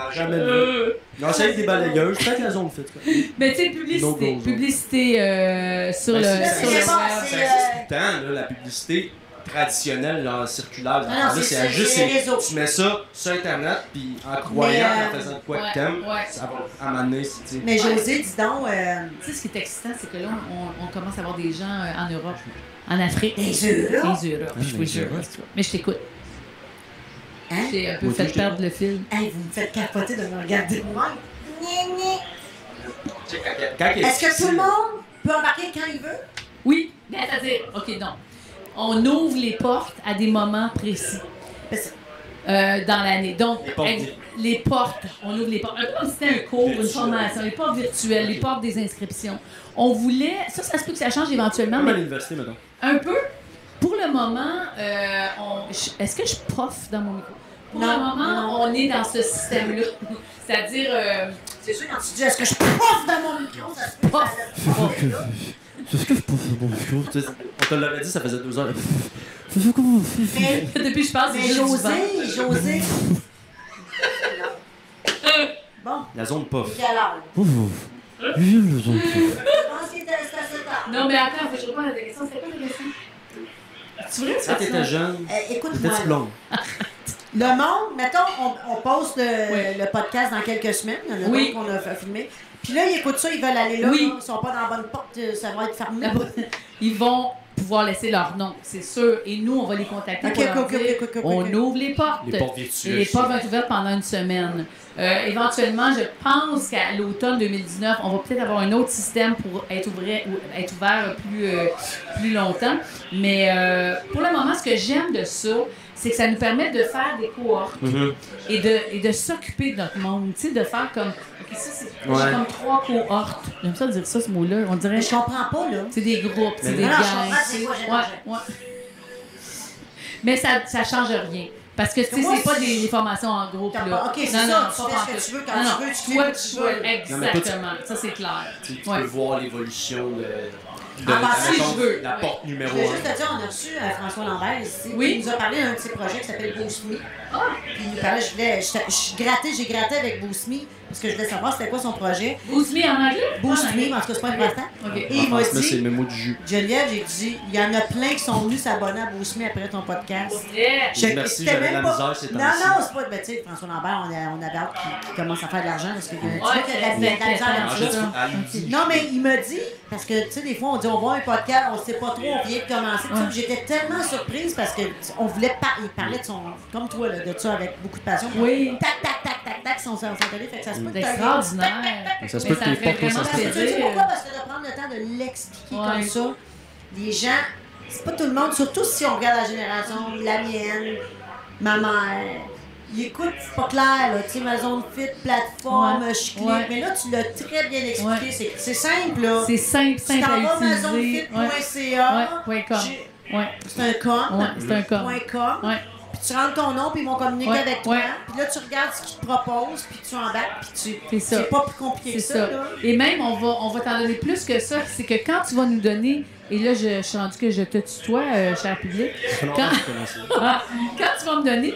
Jamais vu. Non, c'est avec des balayeuses, peut-être la zone fit. Mais tu sais, publicité sur le web. Ça existe tout le temps, là, la publicité traditionnelle, genre circulaire. Là, c'est juste, tu mets ça sur Internet, puis en croyant, en faisant de quoi que t'aimes, ça va amener. Mais José, dis donc. Tu sais, ce qui est excitant, c'est que là, on commence à avoir des gens en Europe, en Afrique. Des Europes? Je vous jure. Mais je t'écoute. Hein? J'ai un peu fait perdre le fil. Hey, vous me faites capoter de me regarder de moi. Est-ce que tout le monde peut embarquer quand il veut? Oui, mais c'est-à-dire, OK, non. On ouvre les portes à des moments précis dans l'année. Donc, les portes, on ouvre les portes. Un peu comme si c'était un cours, une formation, les portes virtuelles, les portes des inscriptions. On voulait, ça se peut que ça change éventuellement. Comme à l'université, maintenant. Un peu. Pour le moment, est-ce que je prof dans mon micro? Pour le moment, on est dans ce système-là. C'est-à-dire... c'est sûr, quand tu dis « est-ce que je prof dans mon micro », ça se prof. C'est ce que je pense de mon micro. On te l'avait dit, ça faisait 2 heures. Depuis, je pense que mais José. Bon. La zone puff. Quelle heure? La zone puff. Je pense qu'il était resté assez tard. Non, mais attends, faut que je réponde à ta question. C'était quoi ta question? Tu veux quand t'étais jeune, écoute-moi. t'étais blonde. Le monde, mettons, on poste le podcast dans quelques semaines, le monde qu'on a filmé. Puis là, ils écoutent ça, ils veulent aller là. Ils sont pas dans la bonne porte, ça va être fermé. Ils vont pouvoir laisser leur nom, c'est sûr. Et nous, on va les contacter pour leur dire, on ouvre les portes. Les portes virtuelles. Et les portes vont être ouvertes pendant une semaine. Éventuellement, je pense qu'à l'automne 2019, on va peut-être avoir un autre système pour être ouvert plus longtemps. Mais pour le moment, ce que j'aime de ça, c'est que ça nous permet de faire des cohortes et de s'occuper de notre monde. Tu sais, de faire comme... OK, ça, c'est comme 3 cohortes. J'aime ça dire ça, ce mot-là. On dirait... Mais je comprends pas, là. C'est des groupes, c'est des gangs. Mais ça change rien. Parce que, tu sais, c'est pas des formations en groupe, là. OK, c'est ça. Tu fais ce que tu veux, quand tu veux, tu fais ce que tu veux. Exactement. Ça, c'est clair. Tu peux voir l'évolution de la porte numéro 1. Je vais juste te dire, on a reçu François Lambert ici. Oui. Il nous a parlé d'un petit projet qui s'appelle Boost Me. Puis il nous parlait, j'ai gratté avec Boost Me parce que je voulais savoir c'était quoi son projet. Boost Me en anglais? Boost Me, en tout cas, c'est pas important. Okay. Et il m'a dit, c'est le mémo du jus. Geneviève, j'ai dit, il y en a plein qui sont venus s'abonner à Boost Me après ton podcast. Merci, j'avais la misère, c'est non, c'est pas... Ben, tu sais, François Lambert, on avait hâte qu'il commence à faire de l'argent parce que tu vois qu'il y a de la misère là-dessus. Non, mais il m'a dit, parce que, tu sais, des fois, on dit, on voit un podcast, on sait pas trop, on vient de commencer. J'étais tellement surprise parce qu'on voulait il parlait de son... Comme toi, là, de ça avec beaucoup de passion. Oui. Tac, tac, tac, tac, tac, son télé. Fait que ça se peut que extraordinaire. Ça se peut que t'es pas comme ça. Tu sais pourquoi? Parce que de prendre le temps de l'expliquer comme ça, les gens, c'est pas tout le monde, surtout si on regarde la génération, la mienne, ma mère, ils écoutent, c'est pas clair, là, tu sais, ma zone fit, plateforme, je clique, mais là, tu l'as très bien expliqué, c'est simple, là. C'est simple à utiliser. Tu t'en vas mazonefit.ca, c'est un com, c'est un com. Puis tu rentres ton nom, puis ils vont communiquer avec toi. Puis là, tu regardes ce qu'ils te proposent, puis tu embarques, puis c'est pas plus compliqué que ça. Là. Et même, on va t'en donner plus que ça. C'est que quand tu vas nous donner, et là, je suis rendu que je te tutoie, cher public. Quand tu vas me donner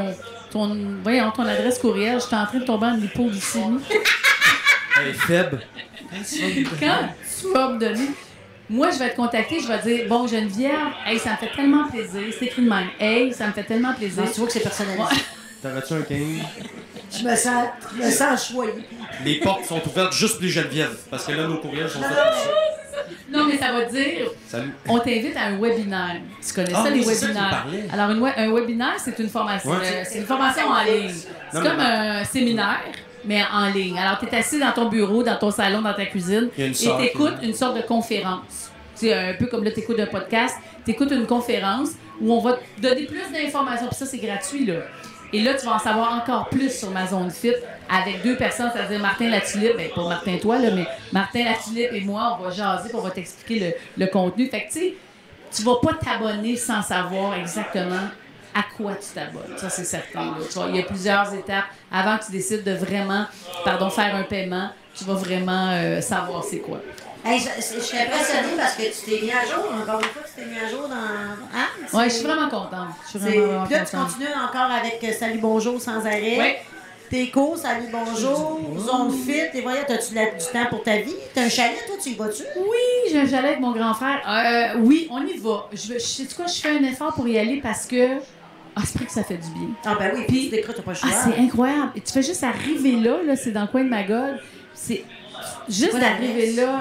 ton adresse courriel, je suis en train de tomber en hypoglycémie. Elle est faible. Quand tu vas me donner... Moi, je vais te contacter, je vais dire, bon, Geneviève, hey, ça me fait tellement plaisir. C'est écrit de même. Hey, ça me fait tellement plaisir. Tu vois que c'est personnalisé. T'aurais-tu un king? Je me sens choyée. Les portes sont ouvertes juste pour les Geneviève, parce que là, nos courriels sont faits. Non, mais ça va dire, salut. On t'invite à un webinaire. Tu connais ça, les webinaires? Alors, un webinaire, c'est une formation. C'est une formation en ligne. C'est comme un séminaire, mais en ligne. Alors, tu es assis dans ton bureau, dans ton salon, dans ta cuisine, et tu écoutes une sorte de conférence. C'est un peu comme là, tu écoutes un podcast, tu écoutes une conférence où on va te donner plus d'informations. Puis ça, c'est gratuit, là. Et là, tu vas en savoir encore plus sur ma zone fit avec 2 personnes, c'est-à-dire Martin Latulippe, ben pas Martin toi, là, mais Martin Latulippe et moi, on va jaser, puis on va t'expliquer le contenu. Fait que, tu sais, tu vas pas t'abonner sans savoir exactement à quoi tu t'abonnes. Ça, c'est certain. Là. Tu vois, il y a plusieurs étapes avant que tu décides de vraiment, faire un paiement. Tu vas vraiment savoir c'est quoi. Hey, je suis impressionnée parce que tu t'es mis à jour. Encore une fois, tu t'es mis à jour dans... Hein? Oui, je suis vraiment contente. Puis là, tu continues encore avec Salut Bonjour sans arrêt. Oui. T'es cool, salut, bonjour, zone fit, et voyons, t'as-tu du temps pour ta vie? T'as un chalet, toi, tu y vas-tu? Oui, j'ai un chalet avec mon grand frère. Oui, on y va. Sais-tu quoi, je fais un effort pour y aller parce que... Ah, c'est vrai que ça fait du bien. Ah ben oui, puis tu t'as pas le choix. Ah, c'est incroyable. Et tu fais juste arriver là, c'est dans le coin de Magog. C'est juste d'arriver là.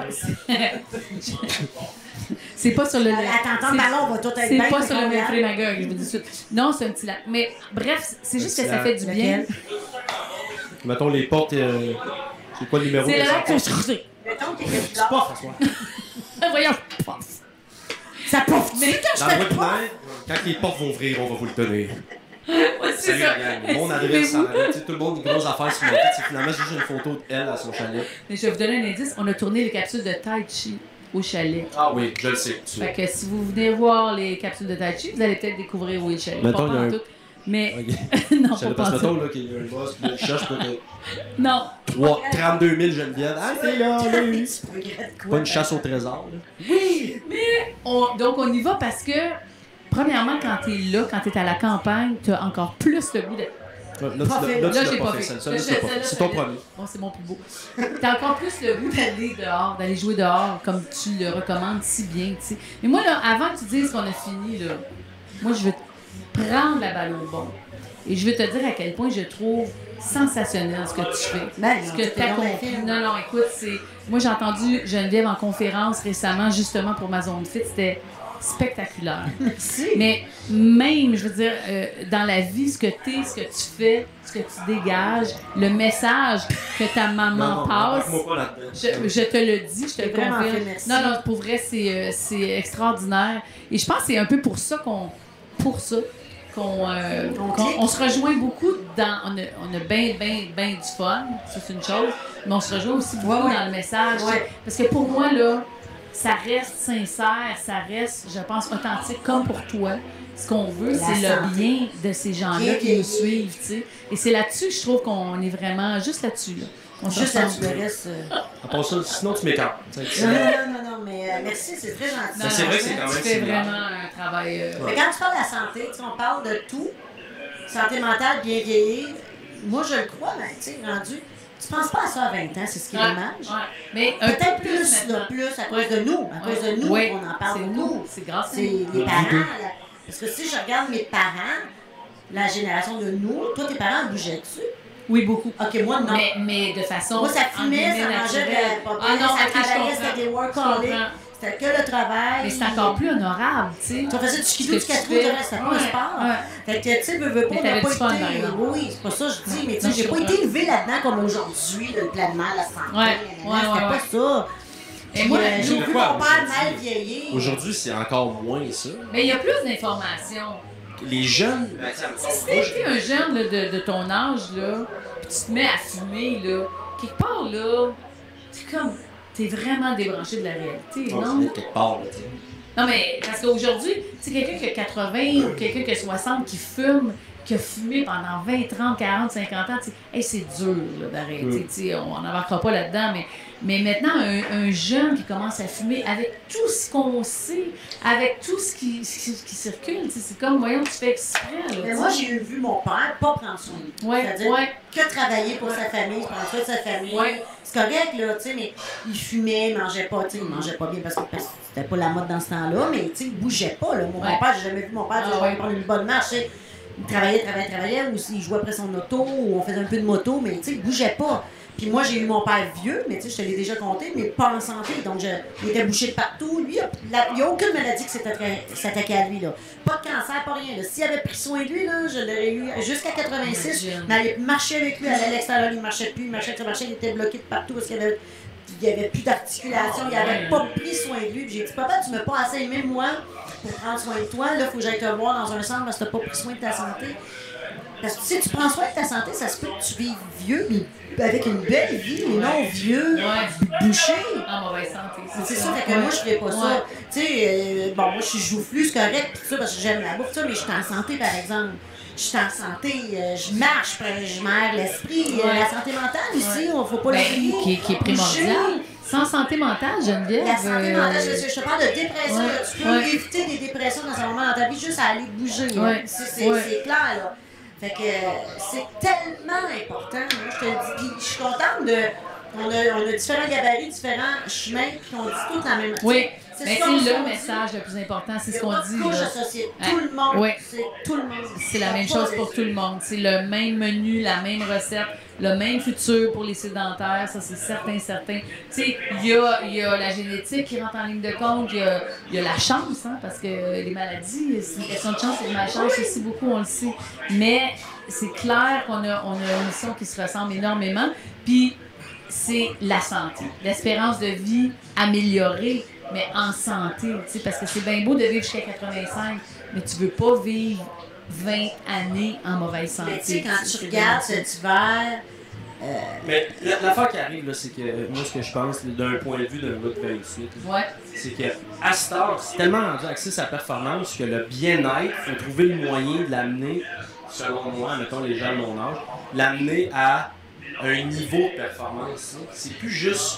C'est pas sur le... Attends, ballon, on va tout être c'est bien. pas sur le Wilfrid Magog, je vous dis ça. Non, c'est un petit lac. Mais bref, c'est juste que ça fait du bien. Mettons les portes, c'est quoi le numéro? C'est le lac que je trouve. Mettons qu'il y a Tu pars, François. Voyons, je passe. Ça poffe. Mais quand dans le bois de mer, quand les portes vont ouvrir, on va vous le donner. c'est Salut, ça. la gang. Mon adresse, ça tout le monde, une grosse affaire sur mon tête. Finalement, c'est juste une photo d'elle à son chalet. Mais je vais vous donner un indice. On a tourné les capsules de Tai Chi au chalet. Ah oui, je le sais. Fait que si vous venez voir les capsules de Tai Chi, vous allez peut-être découvrir où est le chalet. Mettons, Pas il y a un... tout. Mais Okay. non, Je pas parce que tout. mettons là, qu'il y a un boss qui cherche pour que... Non. 32 000 Geneviève. Ah, c'est là, lui. tu regrettes quoi? Pas une chasse au trésor, là. Oui, mais donc on y va parce que, premièrement, quand t'es là, quand t'es à la campagne, t'as encore plus le goût de... Là, tu j'ai l'as pas fait. Celle-là, tu l'as pas fait. C'est ton premier. Bon, c'est mon plus beau. T'as encore plus le goût d'aller dehors, d'aller jouer dehors, comme tu le recommandes si bien, tu sais. Mais moi, là, avant que tu dises qu'on a fini, là, moi, je veux prendre la balle au bon. Et je veux te dire à quel point je trouve sensationnel ce que tu fais. Ben, Ce que tu as compris. Non, écoute, c'est... Moi, j'ai entendu Geneviève en conférence récemment, justement, pour ma zone fit. C'était spectaculaire. Merci. Mais même, je veux dire, dans la vie, ce que tu es, ce que tu fais, ce que tu dégages, le message que ta maman passe, je te le dis, je te le confirme. Non, pour vrai, c'est extraordinaire. Et je pense que c'est un peu pour ça qu'on se rejoint beaucoup dans... On a bien du fun, ça c'est une chose, mais on se rejoint aussi beaucoup dans le message. Ouais. Parce que pour moi, là, ça reste sincère, ça reste, je pense, authentique, comme pour toi. Ce qu'on veut, c'est le bien de ces gens-là qui nous suivent, tu sais. Et c'est là-dessus que je trouve qu'on est vraiment juste là-dessus, là. Juste là-dessus, le reste... À part ça, sinon tu m'écartes. Non, mais merci, c'est très gentil. Non, c'est vrai que c'est quand même tu fais vraiment un travail... Mais quand tu parles de la santé, tu sais, on parle de tout. Santé mentale, bien vieillir. Moi, je le crois, mais tu sais, rendu... Tu penses pas à ça à 20 ans, c'est ce qui est dommage. Ouais. Mais peut-être plus à cause de nous. À cause de nous, on en parle de nous. C'est grâce à c'est les parents. Là. Parce que si je regarde mes parents, la génération de nous, toi, tes parents bougeaient-tu? Oui, beaucoup. OK, moi, non. Mais de façon... Moi, ça fumait, ça mangeait pas bien, ça travaillait, c'était des workaholics. C'était que le travail. Mais c'est encore plus honorable, tu sais. Tu faisais du ski, du skate, c'était pas un sport. Fait que, tu sais, veux pas, on n'a pas été... Oui, c'est pas ça je dis, mais tu sais, j'ai pas été élevée là-dedans comme aujourd'hui, le pleinement, la santé. C'était pas ça. Et moi, j'ai vu mon père mal vieillir. Aujourd'hui, c'est encore moins ça. Mais il y a plus d'informations. Les jeunes... Si t'es un jeune là, de ton âge, là, puis tu te mets à fumer, là, quelque part, là, c'est comme... T'es vraiment débranché de la réalité, non? C'est quelque part, là, tu sais. Non, mais parce qu'aujourd'hui, tu sais, quelqu'un qui a 80 ou quelqu'un qui a 60 qui fume, qui a fumé pendant 20, 30, 40, 50 ans, tu sais, hey, c'est dur là, d'arrêter, tu sais, on n'embarquera pas là-dedans, mais maintenant, un jeune qui commence à fumer avec tout ce qu'on sait, avec tout ce qui circule, c'est comme, voyons, tu fais exprès. Là, mais moi, j'ai vu mon père pas prendre soin de lui. C'est-à-dire que travailler pour sa famille, prendre soin de sa famille. C'est correct, là, tu sais, mais il fumait, il mangeait pas, tu sais, il mangeait pas bien parce que c'était pas la mode dans ce temps-là, mais tu sais, il bougeait pas, là. Mon père, j'ai jamais vu mon père prendre une bonne marche, tu sais. Il travaillait, ou s'il jouait après son auto, ou on faisait un peu de moto, mais tu sais, il bougeait pas. Puis moi, j'ai eu mon père vieux, mais tu sais, je te l'ai déjà compté, mais pas en santé. Donc, il était bouché de partout. Lui, il n'y a aucune maladie qui s'attaquait à lui, là. Pas de cancer, pas rien, là. S'il avait pris soin de lui, là, je l'aurais eu jusqu'à 86. Mais aller marcher avec lui, aller à l'extérieur, il ne marchait plus, il était bloqué de partout parce qu'il n'y avait plus d'articulation, il n'avait pas pris soin de lui. J'ai dit, papa, tu m'as pas assez aimé, moi, pour prendre soin de toi. Là, il faut que j'aille te voir dans un centre parce que tu n'as pas pris soin de ta santé. Parce que si tu prends soin de ta santé, ça se peut que tu vives vieux, mais avec une belle vie, et non vieux, bouché. En mauvaise santé. C'est ça, fait que moi, je fais pas ça. Tu sais, bon, moi, je joue flux, c'est correct, pis ça, parce que j'aime la bouffe, ça, mais je suis en santé, par exemple. Je suis en santé, je marche, je m'aère l'esprit. La santé mentale ici, il ne faut pas l'oublier. Qui est primordiale. Sans santé mentale, Geneviève. La santé mentale, je te parle de dépression. Tu peux éviter des dépressions dans un moment dans ta vie juste à aller bouger. C'est clair, là. Fait que c'est tellement important, moi, je te le dis. Puis je suis contente de... On a différents gabarits, différents chemins, puis on dit tout la même chose. Oui, mais c'est le message le plus important, c'est ce qu'on dit. Couche associée, tout le monde, oui. c'est tout le monde. C'est la même chose pour tout le monde. C'est le même menu, la même recette, le même futur pour les sédentaires, ça c'est certain. Tu sais, il y a la génétique qui rentre en ligne de compte, il y a la chance, hein, parce que les maladies, c'est une question de chance et de malchance aussi beaucoup, on le sait. Mais c'est clair qu'on a une mission qui se ressemble énormément. Puis, c'est la santé, l'espérance de vie améliorée, mais en santé, tu sais, parce que c'est bien beau de vivre jusqu'à 85, mais tu veux pas vivre 20 années en mauvaise santé. Mais tu sais, quand tu regardes cet hiver... Mais l'affaire qui arrive, là, c'est que moi, ce que je pense, d'un point de vue d'un gars de 28, c'est qu'à ce stade, c'est tellement rendu axé sa performance que le bien-être, il faut trouver le moyen de l'amener, selon moi, mettons les gens de mon âge, l'amener à un niveau de performance. C'est plus juste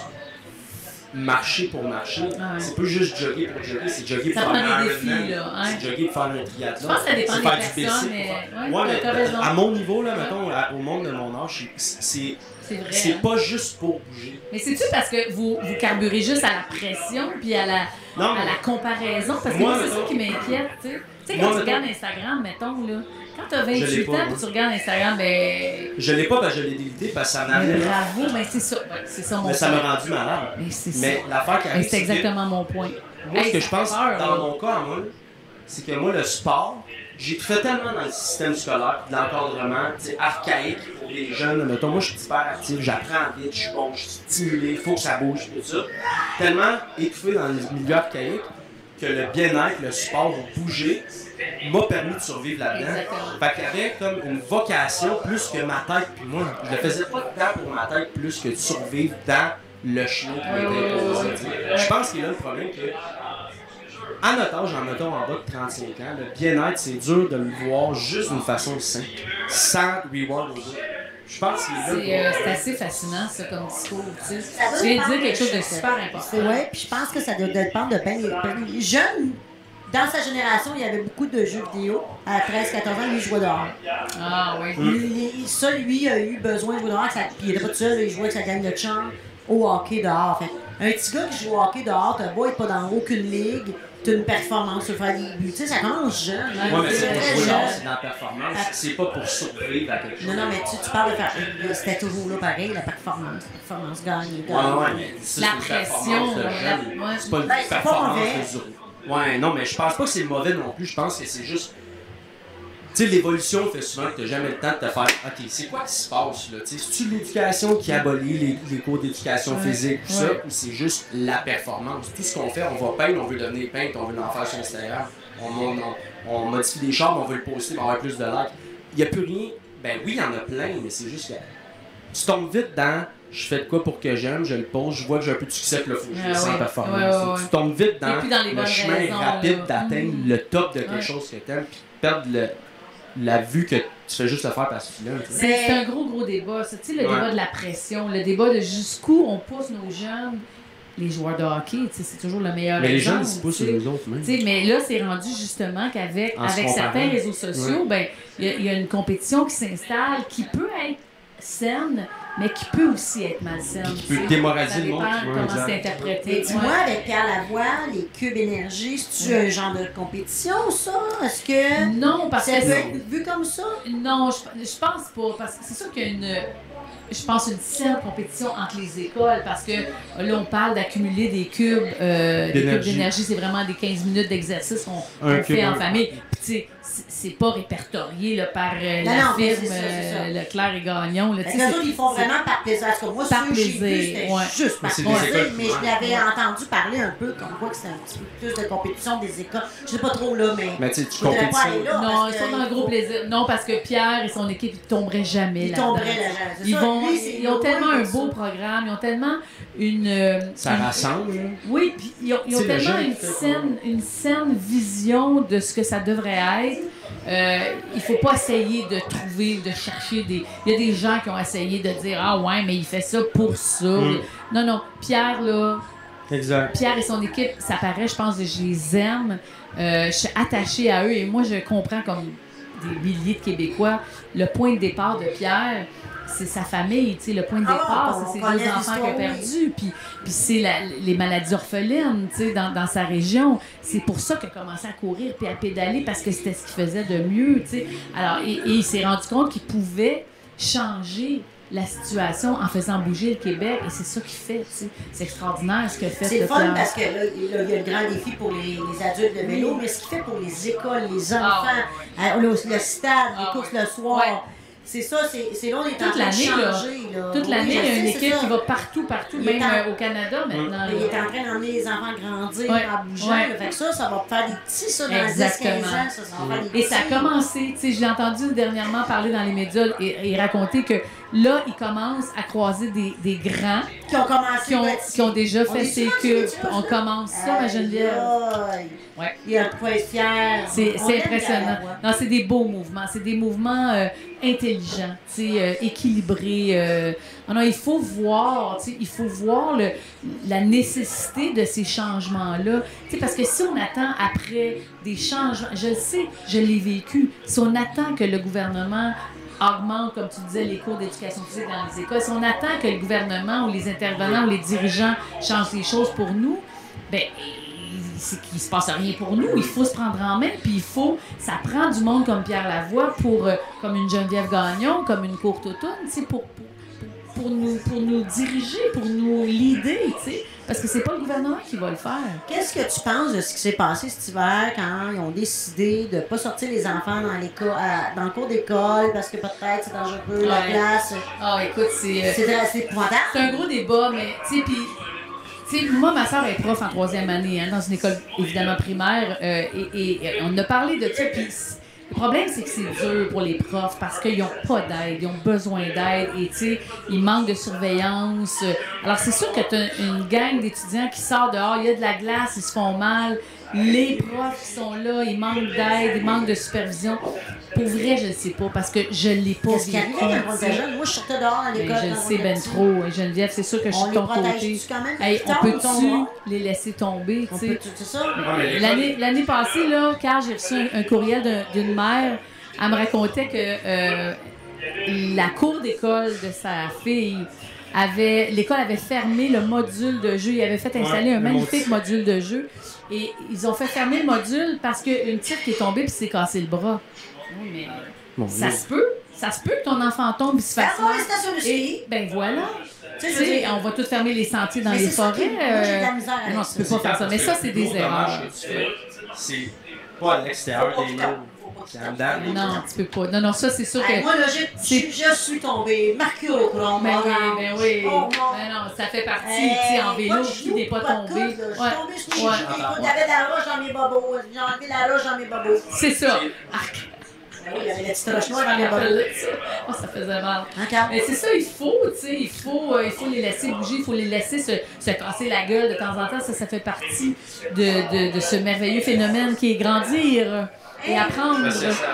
marcher pour marcher. C'est plus juste jogger pour jogger. C'est jogger pour faire un Ironman. C'est jogger pour faire un triathlon. Je pense que ça dépend des personnes, mais à mon niveau, là, mettons, au monde de mon âge, c'est pas juste pour bouger. Mais c'est-tu parce que vous carburez juste à la pression puis à la comparaison? Parce que moi, c'est ça qui m'inquiète, tu sais. Tu sais, quand tu regardes Instagram, mettons, là, quand tu as 28 ans et tu regardes Instagram, ben... Je l'ai pas parce que je l'ai délité parce que ça m'avait... Bravo, mais c'est ça mon point. Mais ça m'a rendu malade. Mais l'affaire qui arrive, c'est exactement mon point. Moi, ce que je pense, dans mon cas, moi, c'est que moi, le sport, j'ai fait tellement dans le système scolaire, de l'encadrement, archaïque pour les jeunes. Mettons, moi, je suis hyper actif, j'apprends vite, je suis bon, je suis stimulé, il faut que ça bouge, tout ça. Tellement étouffé dans les milieux archaïques que le bien-être, le sport, bouger, m'a permis de survivre là-dedans. Fait qu'il y avait comme une vocation plus que ma tête, puis moi, je le faisais pas de temps pour ma tête plus que de survivre dans le chemin qui m'était imposé. Je pense qu'il y a le problème que, à notre âge, en mettons en bas de 35 ans, le bien-être, c'est dur de le voir juste d'une façon simple, sans reward au bout. Je pense que c'est assez fascinant, ça, comme discours. Tu sais. Je viens de dire quelque chose de super important. Oui, puis je pense que ça doit dépendre de bien les jeunes. Dans sa génération, il y avait beaucoup de jeux vidéo. À 13-14 ans, lui, il jouait dehors. Ah oui. Lui, a eu besoin de jouer dehors. Puis il n'était pas tout seul, il jouait avec sa gang de chums au hockey dehors. Fait, un petit gars qui joue au hockey dehors, t'as beau être pas dans aucune ligue, t'as une performance, tu faire des buts. Tu sais, ça commence jeune. Oui, mais c'est pour jouer dehors, c'est dans la performance. C'est pas pour survivre à quelque chose. Non, mais tu parles de faire. C'était toujours là pareil, la performance. La performance gagne. Ouais, mais c'est la pression. C'est pas une performance de ouais, non, mais je pense pas que c'est mauvais non plus. Je pense que c'est juste. Tu sais, l'évolution fait souvent que tu n'as jamais le temps de te faire OK, c'est quoi qui se passe là? C'est-tu l'éducation qui abolit les cours d'éducation physique, tout ça, ou c'est juste la performance? Tout ce qu'on fait, on va peindre, on veut devenir peintre, on veut en faire sur Instagram, on modifie des chambres, on veut le poster pour avoir plus de likes. Il n'y a plus rien. Ben oui, il y en a plein, mais c'est juste que tu tombes vite dans. Je fais de quoi pour que j'aime, je le pose, je vois que j'ai un peu de succès, puis là, il faut que je fasse performance. Tu tombes vite dans le chemin rapide d'atteindre le top de quelque chose que tu aimes, puis perdre la vue que tu fais juste le faire parce que tu l'aimes. C'est un gros débat, ça. Tu sais, le débat de la pression, le débat de jusqu'où on pousse nos jeunes. Les joueurs de hockey, c'est toujours le meilleur exemple. Mais les jeunes, ils se poussent sur les autres, même. Mais là, c'est rendu justement qu'avec certains réseaux sociaux, ben il y a une compétition qui s'installe qui peut être saine, mais qui peut aussi être malsaine. Qui peut démoraliser le monde. Comment c'est interprété. Dis-moi, avec Pierre Lavoie, les cubes énergie, c'est-tu un genre de compétition, ça? Est-ce que non, parce ça peut être vu comme ça? Non, je pense pas. Parce que c'est sûr qu'il y a une saine compétition entre les écoles, parce que là, on parle d'accumuler des cubes d'énergie. C'est vraiment des 15 minutes d'exercice qu'on fait en famille. Puis, c'est pas répertorié là, par la firme Leclerc et Gagnon. Là, les autres, ils font vraiment par plaisir. Parce que moi, par plaisir, c'était juste par plaisir. Mais je l'avais entendu parler un peu comme quoi que c'est un petit peu plus de compétition des écoles. Je sais pas trop là, mais tu voudrais pas aller là. Non, ils sont dans un gros plaisir. Non, parce que Pierre et son équipe, ils tomberaient jamais là-dedans. Ils ont tellement un beau programme, ils ont tellement ça rassemble. Oui, puis ils ont tellement une saine vision de ce que ça devrait être. Il faut pas essayer de trouver, de chercher des... Il y a des gens qui ont essayé de dire « Ah ouais, mais il fait ça pour ça. Non, Pierre, là... Exact. Pierre et son équipe, ça paraît, je pense que je les aime. Je suis attachée à eux et moi, je comprends comme des milliers de Québécois, le point de départ de Pierre, c'est sa famille, tu sais, le point de départ, c'est ses deux enfants qu'il a perdus, puis c'est les maladies orphelines, tu sais, dans sa région. C'est pour ça qu'il a commencé à courir puis à pédaler, parce que c'était ce qu'il faisait de mieux, tu sais. Alors, et il s'est rendu compte qu'il pouvait changer la situation en faisant bouger le Québec, et c'est ça qu'il fait, tu sais. C'est extraordinaire ce qu'il a fait. C'est fun parce que là, il y a le grand défi pour les adultes de vélo, mais ce qu'il fait pour les écoles, les enfants, le stade, les courses le soir. Ouais. C'est ça, c'est là, on est en train de changer. Toute l'année, il y a une équipe qui va partout, même au Canada maintenant. Il est en train d'emmener les enfants grandir en bougeant. Fait que ça va faire des petits, ça, dans 10-15 ans. Ça va faire des petits. Et ça a commencé, tu sais, je l'ai entendu dernièrement parler dans les médias et raconter que là, il commence à croiser des grands qui ont commencé, qui ont déjà fait ses cubes. On commence ça, ma Geneviève. Ouais. Il y a de quoi être fier. C'est impressionnant. Non, c'est des beaux mouvements. C'est des mouvements intelligents, équilibrés. Non, il faut voir, la nécessité de ces changements-là. Parce que si on attend après des changements, je le sais, je l'ai vécu, si on attend que le gouvernement augmente, comme tu disais, les cours d'éducation physique dans les écoles, si on attend que le gouvernement ou les intervenants ou les dirigeants changent les choses pour nous, ben c'est qu'il se passe rien pour nous. Il faut se prendre en main, puis ça prend du monde comme Pierre Lavoie, comme une Geneviève Gagnon, comme une Courte Automne, pour nous diriger, pour nous leader, parce que c'est pas le gouvernement qui va le faire. Qu'est-ce que tu penses de ce qui s'est passé cet hiver quand ils ont décidé de ne pas sortir les enfants dans le cours d'école parce que peut-être c'est dangereux, la classe? Ah, écoute, c'est épouvantable. C'est un gros débat, mais moi, ma soeur est prof en 3e année, dans une école évidemment primaire, et on a parlé de ça, puis le problème, c'est que c'est dur pour les profs parce qu'ils n'ont pas d'aide, ils ont besoin d'aide, et ils manquent de surveillance. Alors, c'est sûr que tu as une gang d'étudiants qui sort dehors, il y a de la glace, ils se font mal, les profs qui sont là, ils manquent d'aide, ils manquent de supervision. Pour vrai, je ne sais pas, parce que je ne l'ai pas vécu. Moi, je sortais dehors à l'école. Je le sais ben trop, Geneviève, c'est sûr que je suis de ton côté. On peut-tu les laisser tomber? C'est ça? L'année passée, là, car j'ai reçu un courriel d'une mère, elle me racontait que la cour d'école de sa fille, l'école avait fermé le module de jeu. Ils avaient fait installer un magnifique module de jeu. Et ils ont fait fermer le module parce qu'une petite qui est tombée et s'est cassé le bras. Oui, mais ça se peut. Ça se peut que ton enfant tombe et se fasse mal. Et ben voilà. On va tout fermer les sentiers dans les forêts. Non, tu peux pas faire ça. Mais ça, c'est des erreurs. C'est pas à l'extérieur des murs. Non, tu peux pas. Non, ça, c'est sûr que... Moi, là, je suis tombée. Mercure, Ben oui. Ben non, ça fait partie, en vélo, qui n'est pas tombé. Je suis tombée sur mes genoux. J'avais de la roche dans mes bobos. J'ai enlevé la roche dans mes bobos. C'est ça. Oui, il y avait la petite roche noire dans mes bobos. Ça faisait mal. Mais c'est ça, il faut les laisser bouger, il faut les laisser se casser la gueule de temps en temps. Ça fait partie de ce merveilleux phénomène qui est grandir. Et apprendre.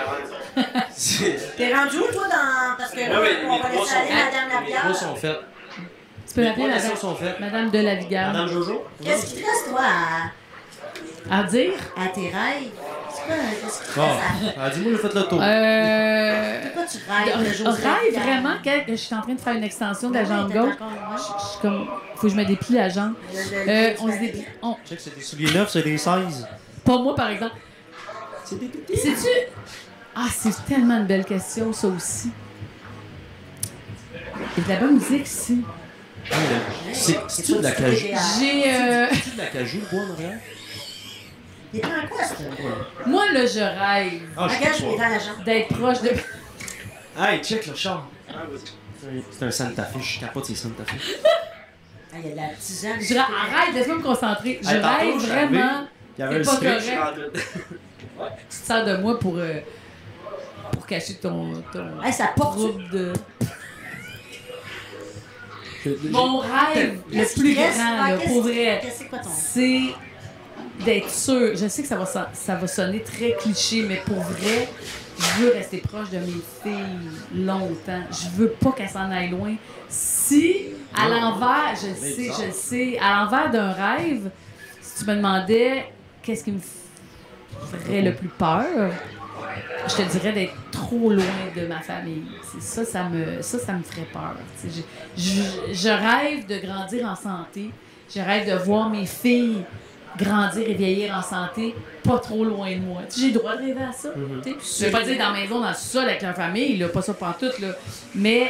T'es rendu où, toi, parce que là, on va laisser aller Madame Lavigueur. Les micros sont faits. Tu peux l'appeler Madame de Lavigueur. Madame Jojo. Qu'est-ce qui te reste, toi, à dire? À tes rêves? C'est quoi? Qu'est-ce qui te reste dis-moi, j'ai fait le tour. Pourquoi tu rêves, rêve vraiment que je suis en train de faire une extension de la jambe gauche. Je suis comme... Faut que je me déplie la jambe. On se déplie. Je sais que c'est des souliers neufs, c'est des 16. Pas moi, par exemple. Sais-tu... Ah, c'est tellement une belle question, ça aussi. Il y a de la bonne musique ici. C'est-tu de la cajou? C'est-tu de la cajou, le bois en arrière? Il est en quoi, ça? Moi, là, je rêve. Regarde, je vais dans la jambe. D'être proche de... Hey, check le char. C'est un Santa Fe, je capote ces Santa Fe. Il y a de la tisane. Arrête, laisse-moi me concentrer. Je rêve vraiment... C'est pas correct. Tu te sers de moi pour cacher ton ça porte de... Mon rêve le plus grand, là, pour vrai, c'est d'être sûr. Je sais que ça va sonner très cliché, mais pour vrai, je veux rester proche de mes filles longtemps. Je veux pas qu'elles s'en aillent loin. Si, à l'envers, je sais, à l'envers d'un rêve, si tu me demandais qu'est-ce qui me ferait le plus peur, je te dirais d'être trop loin de ma famille. Ça me ferait peur. Je rêve de grandir en santé. Je rêve de voir mes filles grandir et vieillir en santé, pas trop loin de moi. J'ai le droit de rêver à ça. Je ne vais pas dire dans la maison, dans le sol avec la famille, là, pas ça pantoute, là. Mais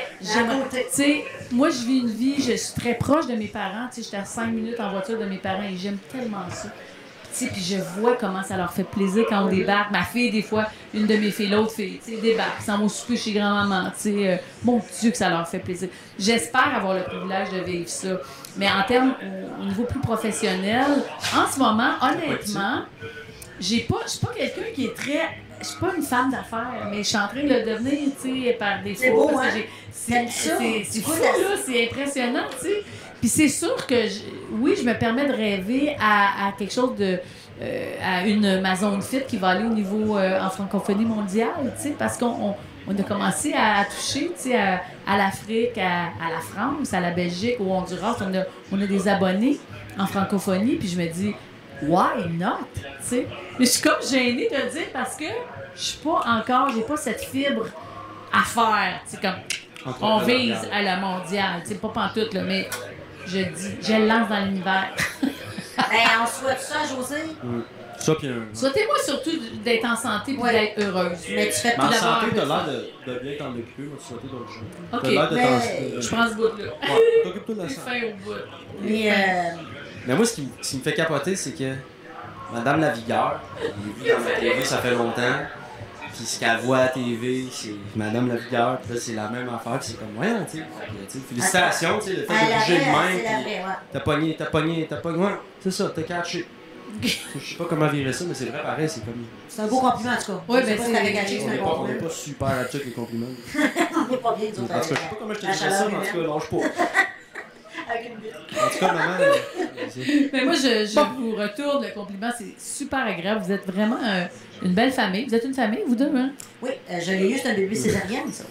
moi, je vis une vie, je suis très proche de mes parents. J'étais à 5 minutes en voiture de mes parents et j'aime tellement ça. Puis je vois comment ça leur fait plaisir quand on débarque. Ma fille, des fois, une de mes filles, l'autre fille, débarque, s'en va au souper chez grand-maman. Mon Dieu, que ça leur fait plaisir. J'espère avoir le privilège de vivre ça. Mais en termes, au niveau plus professionnel, en ce moment, honnêtement, je suis pas quelqu'un qui est très... Je suis pas une femme d'affaires, mais je suis en train de le devenir, par défaut. C'est beau, parce hein? que c'est fou, là, c'est impressionnant, Puis c'est sûr que, oui, je me permets de rêver à quelque chose de... à ma zone fit qui va aller au niveau en francophonie mondiale, parce qu'on a commencé à toucher, à l'Afrique, à la France, à la Belgique, au Honduras. On a des abonnés en francophonie, puis je me dis, why not? Mais je suis comme gênée de le dire parce que je suis pas encore, j'ai pas cette fibre à faire. Comme on vise à la mondiale, pas pantoute, là, mais je le lance dans l'univers. On souhaite ça, José? Ça, puis Souhaitez-moi surtout d'être en santé et d'être heureuse. Mais tu fais tout en d'abord. santé, t'as l'air de bien t'en occuper, moi, tu souhaitais d'autres choses. OK, T'as l'air de mais je prends ce bout-là. Ouais, t'occupes-toi de la santé. Fin au bout. Mais moi, ce qui me fait capoter, c'est que Madame Lavigueur, j'ai vu dans la TV, ça fait longtemps. Puis ce qu'elle voit à la TV, c'est Madame Lavigueur, puis là, c'est la même affaire, puis c'est comme, ouais, tu sais. Félicitations, tu sais, le fait de bouger de même. T'as pogné, ouais, c'est ça, t'as catché. Je sais pas comment virer ça, mais c'est vrai, pareil, c'est comme. C'est un beau compliment, en tout cas. Oui, mais c'est avec Catché, c'est un compliment. On n'est pas super habitués avec les compliments. On n'est pas bien, nous autres. En tout cas, je sais pas comment je te dirais ça, mais en tout cas, lâche pas. Avec une bulle. En tout cas, maman. Mais moi, je vous retourne le compliment. C'est super agréable. Vous êtes vraiment une belle famille. Vous êtes une famille, vous deux, hein? Oui, je l'ai eu, c'est un bébé césarienne, ça.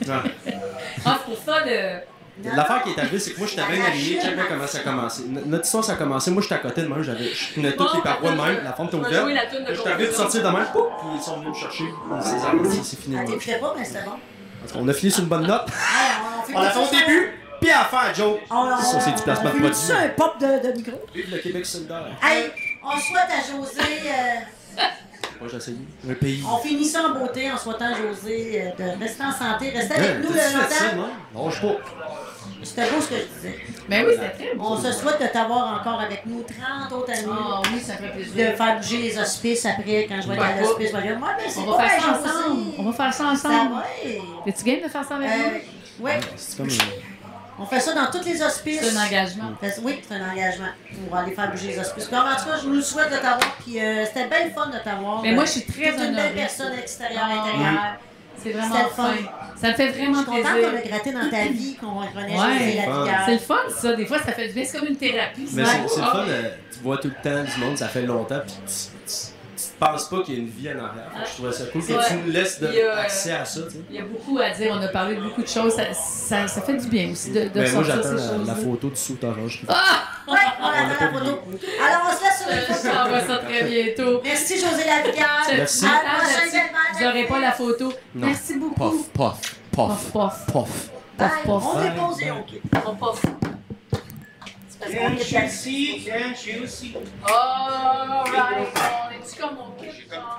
Pour ça, l'affaire qui est arrivée, c'est que moi, je t'avais aligné. Check bien comment ça a commencé. Notre histoire, ça a commencé. Moi, j'étais à côté de même. Je tenais toutes les parois de même. La forme était ouverte. Je t'avais de sortir de même. Puis ils sont venus me chercher. C'est fini. Ah, t'écoutais pas, mais c'était bon. On a fini sur une bonne note. On a fait au début. Puis à la fin, Joe. Ça, c'est du placement de produit. C'est un pop de micro. Vive le Québec solidaire. Hey, on souhaite à José. Moi, j'ai essayé. Un pays. On finit ça en beauté en souhaitant à José de rester en santé, rester avec nous longtemps. Non, je pas. C'était beau ce que je disais. Mais oui, c'était très beau. On se souhaite de t'avoir encore avec nous 30 autres années. Ah oui, ça fait plaisir. De faire bouger les hospices après, quand je vais aller à l'hospice. Je vais dire, moi, mais c'est On pas va faire ça José. ensemble. On va faire ça ensemble. Ça va. Es-tu game de faire ça avec nous? Oui. C'est comme. On fait ça dans tous les hospices. C'est un engagement. Oui, c'est un engagement pour aller faire bouger les hospices. Puis, en tout cas, je nous souhaite de t'avoir. Puis c'était bien le fun de t'avoir. Mais moi, je suis très honorée. Une belle personne extérieure, intérieure. C'est vraiment le fun. Ça me fait vraiment Je suis contente plaisir. qu'on a gratté dans ta vie, qu'on reconnaît Ouais. José Lavigueur. C'est le fun, ça. Des fois, ça fait du bien. C'est comme une thérapie. Mais c'est le fun, tu vois tout le temps du monde, ça fait longtemps, puis tu penses pas qu'il y a une vie en arrière. Je trouvais ça cool que tu nous laisses accès à ça. Il y a beaucoup à dire. On a parlé de beaucoup de choses. Ça fait du bien aussi de moi, sortir j'attends ces choses. la photo du sous-orange. Oui, on attend la photo. Alors, on se laisse sur les photos. On va ça très bientôt. Merci, José Lavigueur. Merci. À la prochaine, belle-mère. Vous n'aurez pas la photo. Non. Merci beaucoup. Pof. Bye. On dépose et on quitte. Pof. Bien juicy. All right. On est-tu comme on